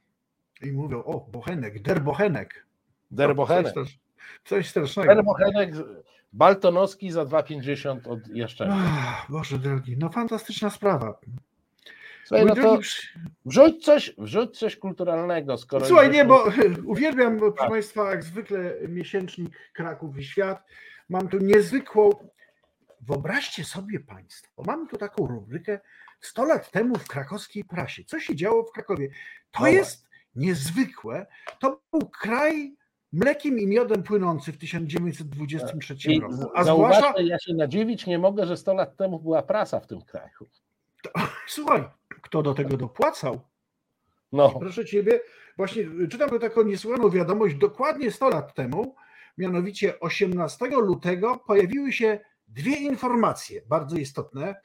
I mówią, o, Bochenek, der Bochenek. Der Bochenek. Coś, coś strasznego. Der Bochenek, Baltonowski za dwa pięćdziesiąt od jeszcze. Boże drogi, no fantastyczna sprawa. Słuchaj, no to wrzuć coś, wrzuć coś kulturalnego. Skoro Słuchaj, nie, bo uwielbiam, bo, proszę Państwa, jak zwykle miesięcznik Kraków i Świat. Mam tu niezwykłą, wyobraźcie sobie Państwo, mam tu taką rubrykę sto lat temu w krakowskiej prasie. Co się działo w Krakowie? To no jest niezwykłe. To był kraj mlekiem i miodem płynący w tysiąc dziewięćset dwudziestym trzecim I roku. A zwłaszcza ja się nadziwić nie mogę, że sto lat temu była prasa w tym kraju. To, słuchaj, kto do tego dopłacał? No. Proszę Ciebie, właśnie czytam taką niesłychaną wiadomość, dokładnie sto lat temu, mianowicie osiemnastego lutego pojawiły się dwie informacje bardzo istotne.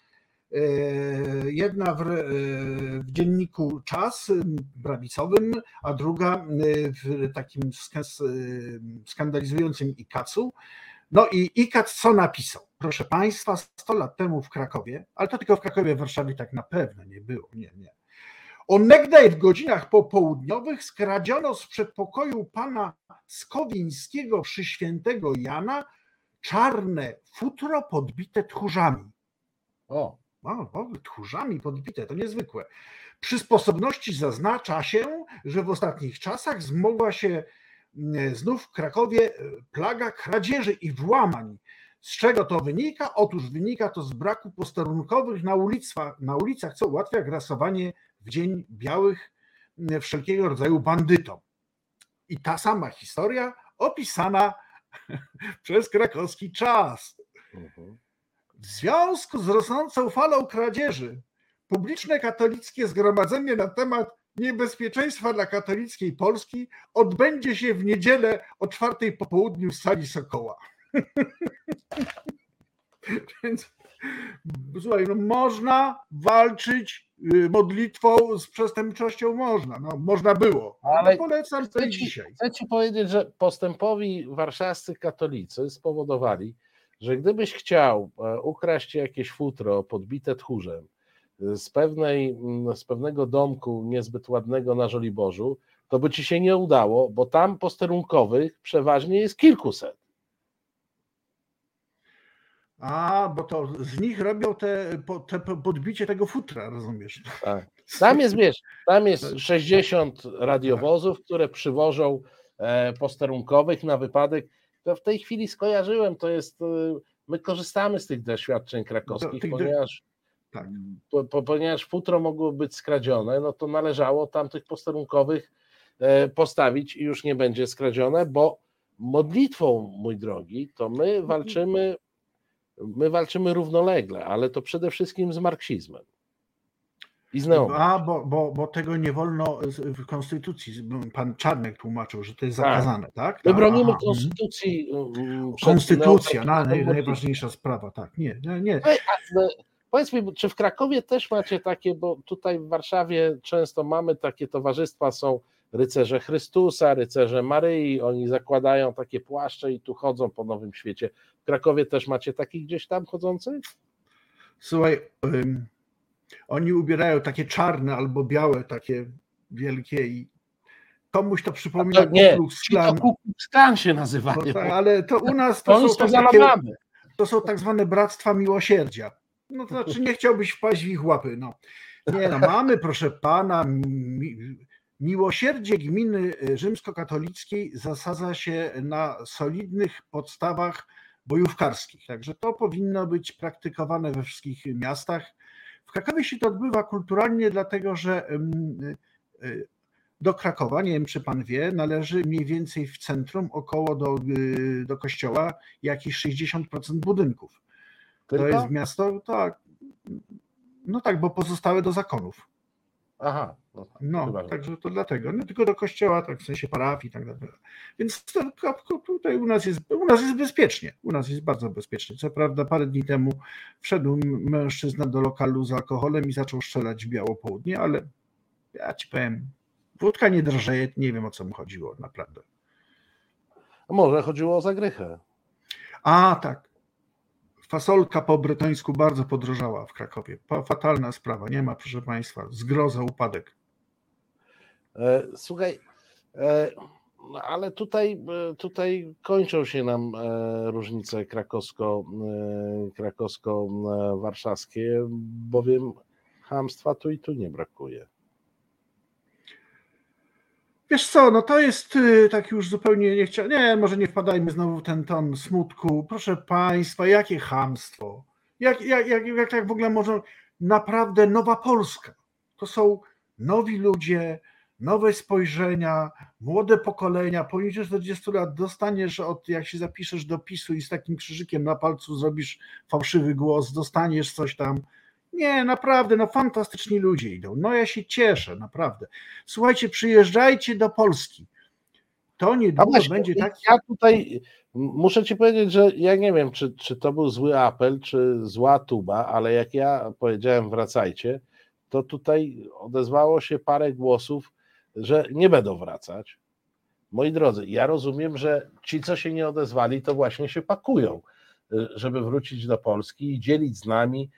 Jedna w, w dzienniku Czas prawicowym, a druga w takim skandalizującym I K A C-u. No i I K A C co napisał? Proszę Państwa, sto lat temu w Krakowie, ale to tylko w Krakowie, w Warszawie tak na pewno nie było, nie, nie. Onegdaj w godzinach popołudniowych skradziono z przedpokoju pana Skowińskiego przy Świętego Jana czarne futro podbite tchórzami. O. O, o, tchórzami podbite, to niezwykłe. Przy sposobności zaznacza się, że w ostatnich czasach zmogła się znów w Krakowie plaga kradzieży i włamań. Z czego to wynika? Otóż wynika to z braku posterunkowych na ulicach, na ulicach, co ułatwia grasowanie w Dzień Białych wszelkiego rodzaju bandytom. I ta sama historia opisana przez krakowski Czas. W związku z rosnącą falą kradzieży, publiczne katolickie zgromadzenie na temat niebezpieczeństwa dla katolickiej Polski odbędzie się w niedzielę o czwartej po południu w sali Sokoła. Więc słuchaj, no można walczyć modlitwą z przestępczością, można, no można było. Ale no polecam to chcę dzisiaj. Chcę ci powiedzieć, że postępowi warszawscy katolicy spowodowali, że gdybyś chciał ukraść jakieś futro podbite tchórzem z, pewnej, z pewnego domku niezbyt ładnego na Żoliborzu, to by ci się nie udało, bo tam posterunkowych przeważnie jest kilkuset. A, bo to z nich robią te, te podbicie tego futra, rozumiesz? Tak. Tam jest, wiesz, tam jest sześćdziesiąt radiowozów, które przywożą posterunkowych na wypadek, to w tej chwili skojarzyłem, to jest, my korzystamy z tych doświadczeń krakowskich, do, ponieważ, do... tak. po, po, ponieważ futro mogło być skradzione, no to należało tam tych posterunkowych postawić i już nie będzie skradzione, bo modlitwą, mój drogi, to my walczymy, my walczymy równolegle, ale to przede wszystkim z marksizmem. I znowu. A, bo, bo, bo tego nie wolno w konstytucji. Pan Czarnek tłumaczył, że to jest zakazane, tak? tak? My bronimy Aha. konstytucji. Konstytucja, no, naj, najważniejsza sprawa, tak. Nie, nie. nie. Powiedz mi, czy w Krakowie też macie takie, bo tutaj w Warszawie często mamy takie towarzystwa, są rycerze Chrystusa, rycerze Maryi, oni zakładają takie płaszcze i tu chodzą po Nowym Świecie. W Krakowie też macie takich gdzieś tam chodzących? Słuchaj, um, oni ubierają takie czarne albo białe, takie wielkie i komuś to przypomina to nie, Ku Klux Klan. To Ku Klux Klan się nazywają. No tak, ale to u nas to, to, są, to, takie, to są tak zwane bractwa miłosierdzia. No to znaczy nie chciałbyś wpaść w ich łapy. No. Nie, no mamy, proszę pana, mi, miłosierdzie gminy rzymskokatolickiej zasadza się na solidnych podstawach bojówkarskich, także to powinno być praktykowane we wszystkich miastach. W Krakowie się to odbywa kulturalnie, dlatego że do Krakowa, nie wiem czy pan wie, należy mniej więcej w centrum około do, do kościoła jakieś sześćdziesiąt procent budynków. Tylko? To jest miasto, tak, no tak, bo pozostałe do zakonów. Aha. No, tak, no także to dlatego, no tylko do kościoła, tak w sensie parafii i tak dalej. Więc to, tutaj u nas jest, u nas jest bezpiecznie, u nas jest bardzo bezpiecznie. Co prawda parę dni temu wszedł mężczyzna do lokalu z alkoholem i zaczął strzelać w biało południe, ale ja ci powiem, wódka nie drżeje, nie wiem o co mu chodziło naprawdę. A może chodziło o zagrychę. A tak. Fasolka po bretońsku bardzo podrożała w Krakowie. Fatalna sprawa, nie ma, proszę państwa, zgroza, upadek. Słuchaj, no ale tutaj, tutaj kończą się nam różnice krakowsko, krakowsko-warszawskie, bowiem chamstwa tu i tu nie brakuje. Wiesz co, no to jest tak już zupełnie nie chciałem, nie, może nie wpadajmy znowu w ten ton smutku. Proszę państwa, jakie chamstwo. Jak, jak, jak, jak, jak w ogóle można, naprawdę nowa Polska. To są nowi ludzie, nowe spojrzenia, młode pokolenia. Poniżej czterdziestu lat dostaniesz, od, jak się zapiszesz do PiSu i z takim krzyżykiem na palcu zrobisz fałszywy głos, dostaniesz coś tam. Nie, naprawdę, no fantastyczni ludzie idą. No ja się cieszę, naprawdę. Słuchajcie, przyjeżdżajcie do Polski. To niedługo właśnie, będzie tak. Ja tutaj muszę ci powiedzieć, że ja nie wiem, czy, czy to był zły apel, czy zła tuba, ale jak ja powiedziałem wracajcie, to tutaj odezwało się parę głosów, że nie będą wracać. Moi drodzy, ja rozumiem, że ci, co się nie odezwali, to właśnie się pakują, żeby wrócić do Polski i dzielić z nami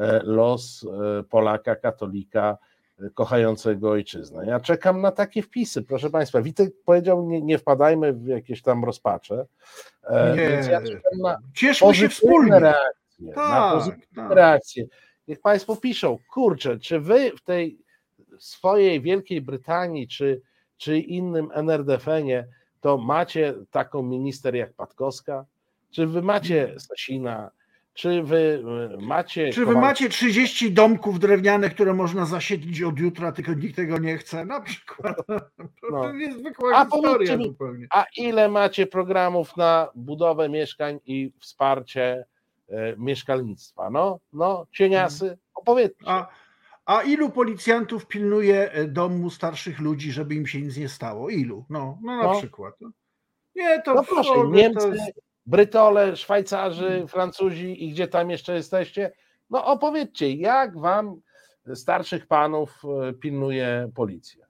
los Polaka, katolika, kochającego ojczyznę. Ja czekam na takie wpisy, proszę państwa. Witek powiedział, nie, nie wpadajmy w jakieś tam rozpacze. Nie, więc ja czekam na cieszmy się wspólnie. Reakcje, tak, na pozytywne tak. reakcje. Niech państwo piszą, kurczę, czy wy w tej swojej Wielkiej Brytanii, czy, czy innym en er de efie to macie taką minister jak Patkowska? Czy wy macie Sasina? Czy wy macie... Czy wy macie trzydzieści domków drewnianych, które można zasiedlić od jutra, tylko nikt tego nie chce? Na przykład. No. To jest zwykła a historia mi, zupełnie. A ile macie programów na budowę mieszkań i wsparcie e, mieszkalnictwa? No, no, cieniasy, opowiedzcie. A, a ilu policjantów pilnuje domu starszych ludzi, żeby im się nic nie stało? Ilu? No, no na no. przykład. Nie, to... No proszę, to, Niemcy... To jest... Brytole, Szwajcarzy, Francuzi i gdzie tam jeszcze jesteście? No opowiedzcie, jak wam starszych panów pilnuje policja?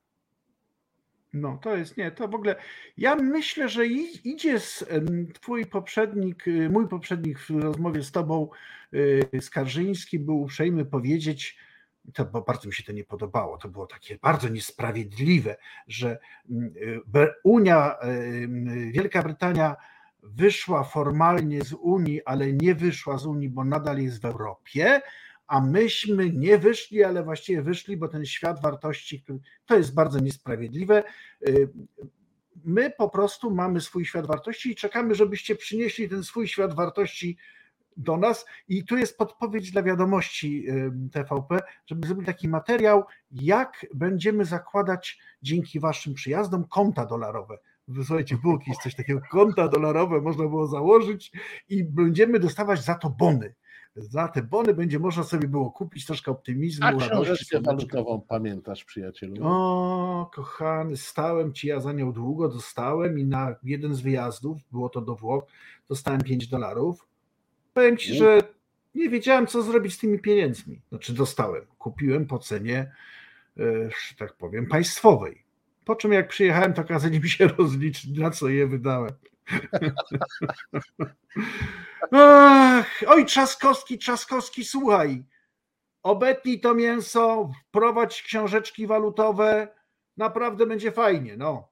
No to jest, nie, to w ogóle, ja myślę, że idzie z, twój poprzednik, mój poprzednik w rozmowie z tobą, Skarżyński, był uprzejmy powiedzieć, to bo bardzo mi się to nie podobało, to było takie bardzo niesprawiedliwe, że Unia, Wielka Brytania wyszła formalnie z Unii, ale nie wyszła z Unii, bo nadal jest w Europie, a myśmy nie wyszli, ale właściwie wyszli, bo ten świat wartości, który, to jest bardzo niesprawiedliwe. my po prostu mamy swój świat wartości i czekamy, żebyście przynieśli ten swój świat wartości do nas. I tu jest podpowiedź dla Wiadomości T V P, żeby zrobić taki materiał, jak będziemy zakładać dzięki waszym przyjazdom konta dolarowe. Słuchajcie, było jakieś coś takiego, konta dolarowe można było założyć i będziemy dostawać za to bony. Za te bony będzie można sobie było kupić troszkę optymizmu. A książeczkę walutową pamiętasz, przyjacielu? O, kochany, stałem ci ja za nią długo, dostałem i na jeden z wyjazdów, było to do Włoch, dostałem pięć dolarów. Powiem ci, że nie wiedziałem, co zrobić z tymi pieniędzmi. Znaczy dostałem, kupiłem po cenie, że tak powiem, państwowej. Po czym jak przyjechałem, to kazali mi się rozliczyć, na co je wydałem. Ach, oj, Trzaskowski, Trzaskowski, słuchaj, obetnij to mięso, wprowadź książeczki walutowe, naprawdę będzie fajnie, no.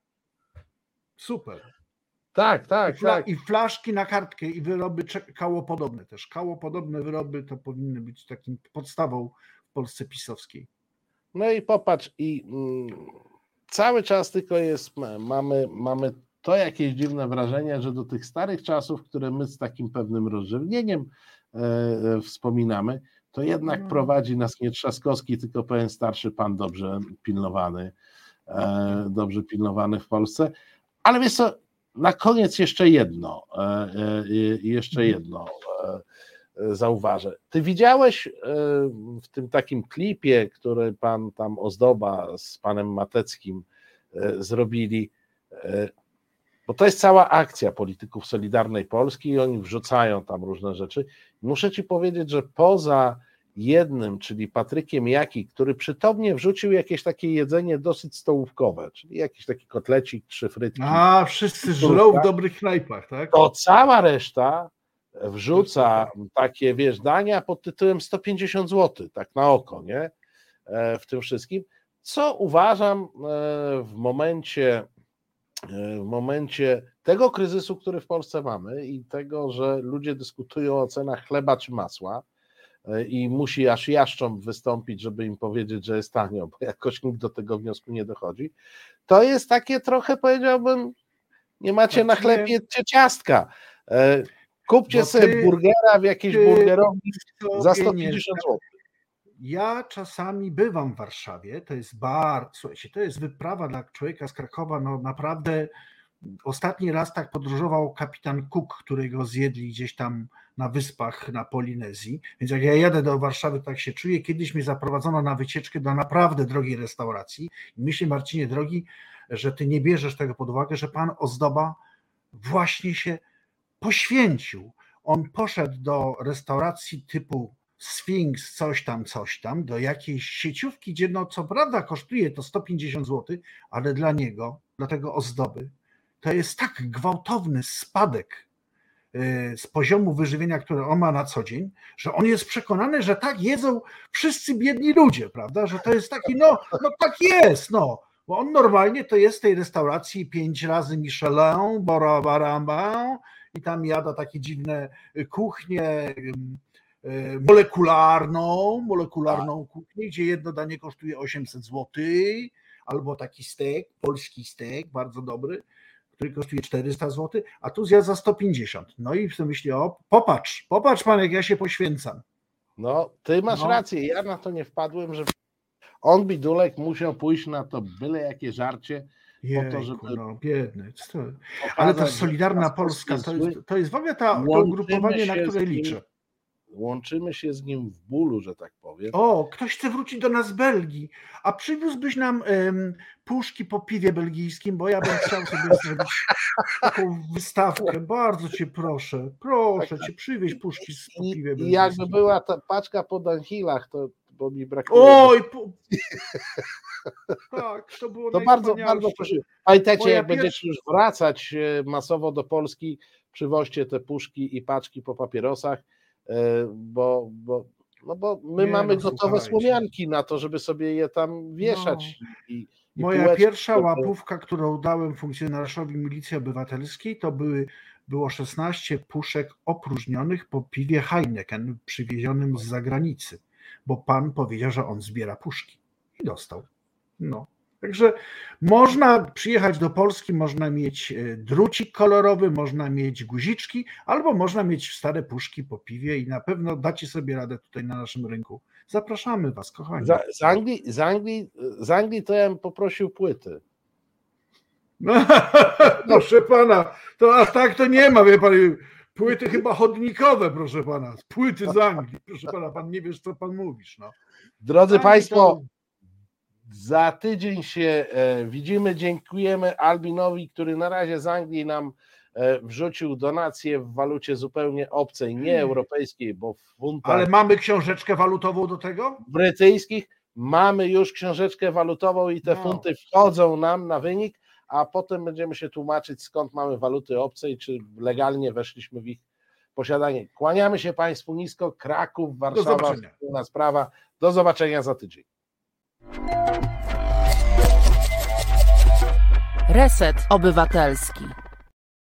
Super. Tak, tak, I, fla, tak. I flaszki na kartkę i wyroby kałopodobne też. Kałopodobne wyroby to powinny być takim podstawą w Polsce pisowskiej. No i popatrz, i mm, cały czas tylko jest, mamy, mamy to jakieś dziwne wrażenie, że do tych starych czasów, które my z takim pewnym rozrzewnieniem e, wspominamy, to jednak no. prowadzi nas nie Trzaskowski, tylko pewien starszy pan dobrze pilnowany, e, dobrze pilnowany w Polsce. Ale wiesz co, na koniec jeszcze jedno, e, e, jeszcze jedno e, zauważę. Ty widziałeś e, w tym takim klipie, który pan tam Ozdoba z panem Mateckim e, zrobili, e, bo to jest cała akcja polityków Solidarnej Polski i oni wrzucają tam różne rzeczy. Muszę ci powiedzieć, że poza jednym, czyli Patrykiem Jaki, który przytomnie wrzucił jakieś takie jedzenie dosyć stołówkowe, czyli jakiś taki kotlecik, trzy frytki. A, wszyscy żrą w dobrych knajpach, tak? To cała reszta wrzuca takie, wiesz, dania pod tytułem sto pięćdziesiąt złotych, tak na oko, nie? W tym wszystkim, co uważam w momencie w momencie tego kryzysu, który w Polsce mamy i tego, że ludzie dyskutują o cenach chleba czy masła i musi aż Jaszcząb wystąpić, żeby im powiedzieć, że jest tanio, bo jakoś nikt do tego wniosku nie dochodzi, to jest takie trochę, powiedziałbym, nie macie na chlebie ciastka. Kupcie ty, sobie burgera w jakiejś ty, burgerowni za sto pięćdziesiąt złotych. Ja czasami bywam w Warszawie, to jest bar, słuchajcie, to jest wyprawa dla człowieka z Krakowa, no naprawdę ostatni raz tak podróżował kapitan Cook, którego zjedli gdzieś tam na wyspach na Polinezji, więc jak ja jadę do Warszawy, tak się czuję. Kiedyś mnie zaprowadzono na wycieczkę do naprawdę drogiej restauracji i myślę, Marcinie drogi, że ty nie bierzesz tego pod uwagę, że pan Ozdoba właśnie się poświęcił. On poszedł do restauracji typu Sfinks, coś tam, coś tam, do jakiejś sieciówki, gdzie no co prawda kosztuje to sto pięćdziesiąt złotych, ale dla niego, dla tego Ozdoby, to jest tak gwałtowny spadek z poziomu wyżywienia, które on ma na co dzień, że on jest przekonany, że tak jedzą wszyscy biedni ludzie, prawda, że to jest taki, no, no tak jest, no, bo on normalnie to jest w tej restauracji pięć razy Michelin, Bora Baramba i tam jada takie dziwne kuchnie molekularną, molekularną kuchnię, gdzie jedno danie kosztuje osiemset złotych, albo taki stek, polski stek, bardzo dobry, który kosztuje czterysta złotych, a tu zjadł za sto pięćdziesiąt. No i sobie myśli, o popatrz, popatrz pan, jak ja się poświęcam. No, ty masz no. rację, ja na to nie wpadłem, że on, bidulek, musiał pójść na to byle jakie żarcie, Jejku, po to, żeby... no biedny. Ale ta Solidarna Polska, to jest, to jest w ogóle ta, to ugrupowanie, na które liczę. Łączymy się z nim w bólu, że tak powiem. O, ktoś chce wrócić do nas z Belgii, a przywiózłbyś nam um, puszki po piwie belgijskim, bo ja bym chciał sobie zrobić taką wystawkę. Bardzo cię proszę, proszę cię, przywieź puszki z po piwie belgijskim. I jakby była ta paczka po Dunhillach, to bo mi brakuje. Oj, po... tak, to było to bardzo, bardzo proszę. Pamiętajcie, jak pierwsza... będziecie już wracać masowo do Polski, przywoźcie te puszki i paczki po papierosach, bo, bo, no bo my nie, mamy no, gotowe słuchajcie. słomianki na to, żeby sobie je tam wieszać. No. I, i Moja półeczki, pierwsza to... łapówka, którą dałem funkcjonariuszowi Milicji Obywatelskiej, to były, było szesnaście puszek opróżnionych po piwie Heineken przywiezionym z zagranicy, bo pan powiedział, że on zbiera puszki i dostał. No. Także można przyjechać do Polski, można mieć drucik kolorowy, można mieć guziczki, albo można mieć stare puszki po piwie i na pewno dacie sobie radę tutaj na naszym rynku. Zapraszamy was, kochani. Z, z, Anglii, z, Anglii, z Anglii to ja bym poprosił płyty. No, proszę pana, to aż tak to nie ma, wie pan, płyty chyba chodnikowe, proszę pana, płyty z Anglii, proszę pana, pan nie wiesz, co pan mówisz. No. Drodzy Anglii Państwo, to... za tydzień się e, widzimy, dziękujemy Albinowi, który na razie z Anglii nam e, wrzucił donację w walucie zupełnie obcej, nie europejskiej, bo w funtach... Ale mamy książeczkę walutową do tego? Brytyjskich, mamy już książeczkę walutową i te no. funty wchodzą nam na wynik, a potem będziemy się tłumaczyć, skąd mamy waluty obce i czy legalnie weszliśmy w ich posiadanie. Kłaniamy się Państwu nisko. Kraków, Warszawa, wspólna sprawa. Do zobaczenia za tydzień. Reset Obywatelski.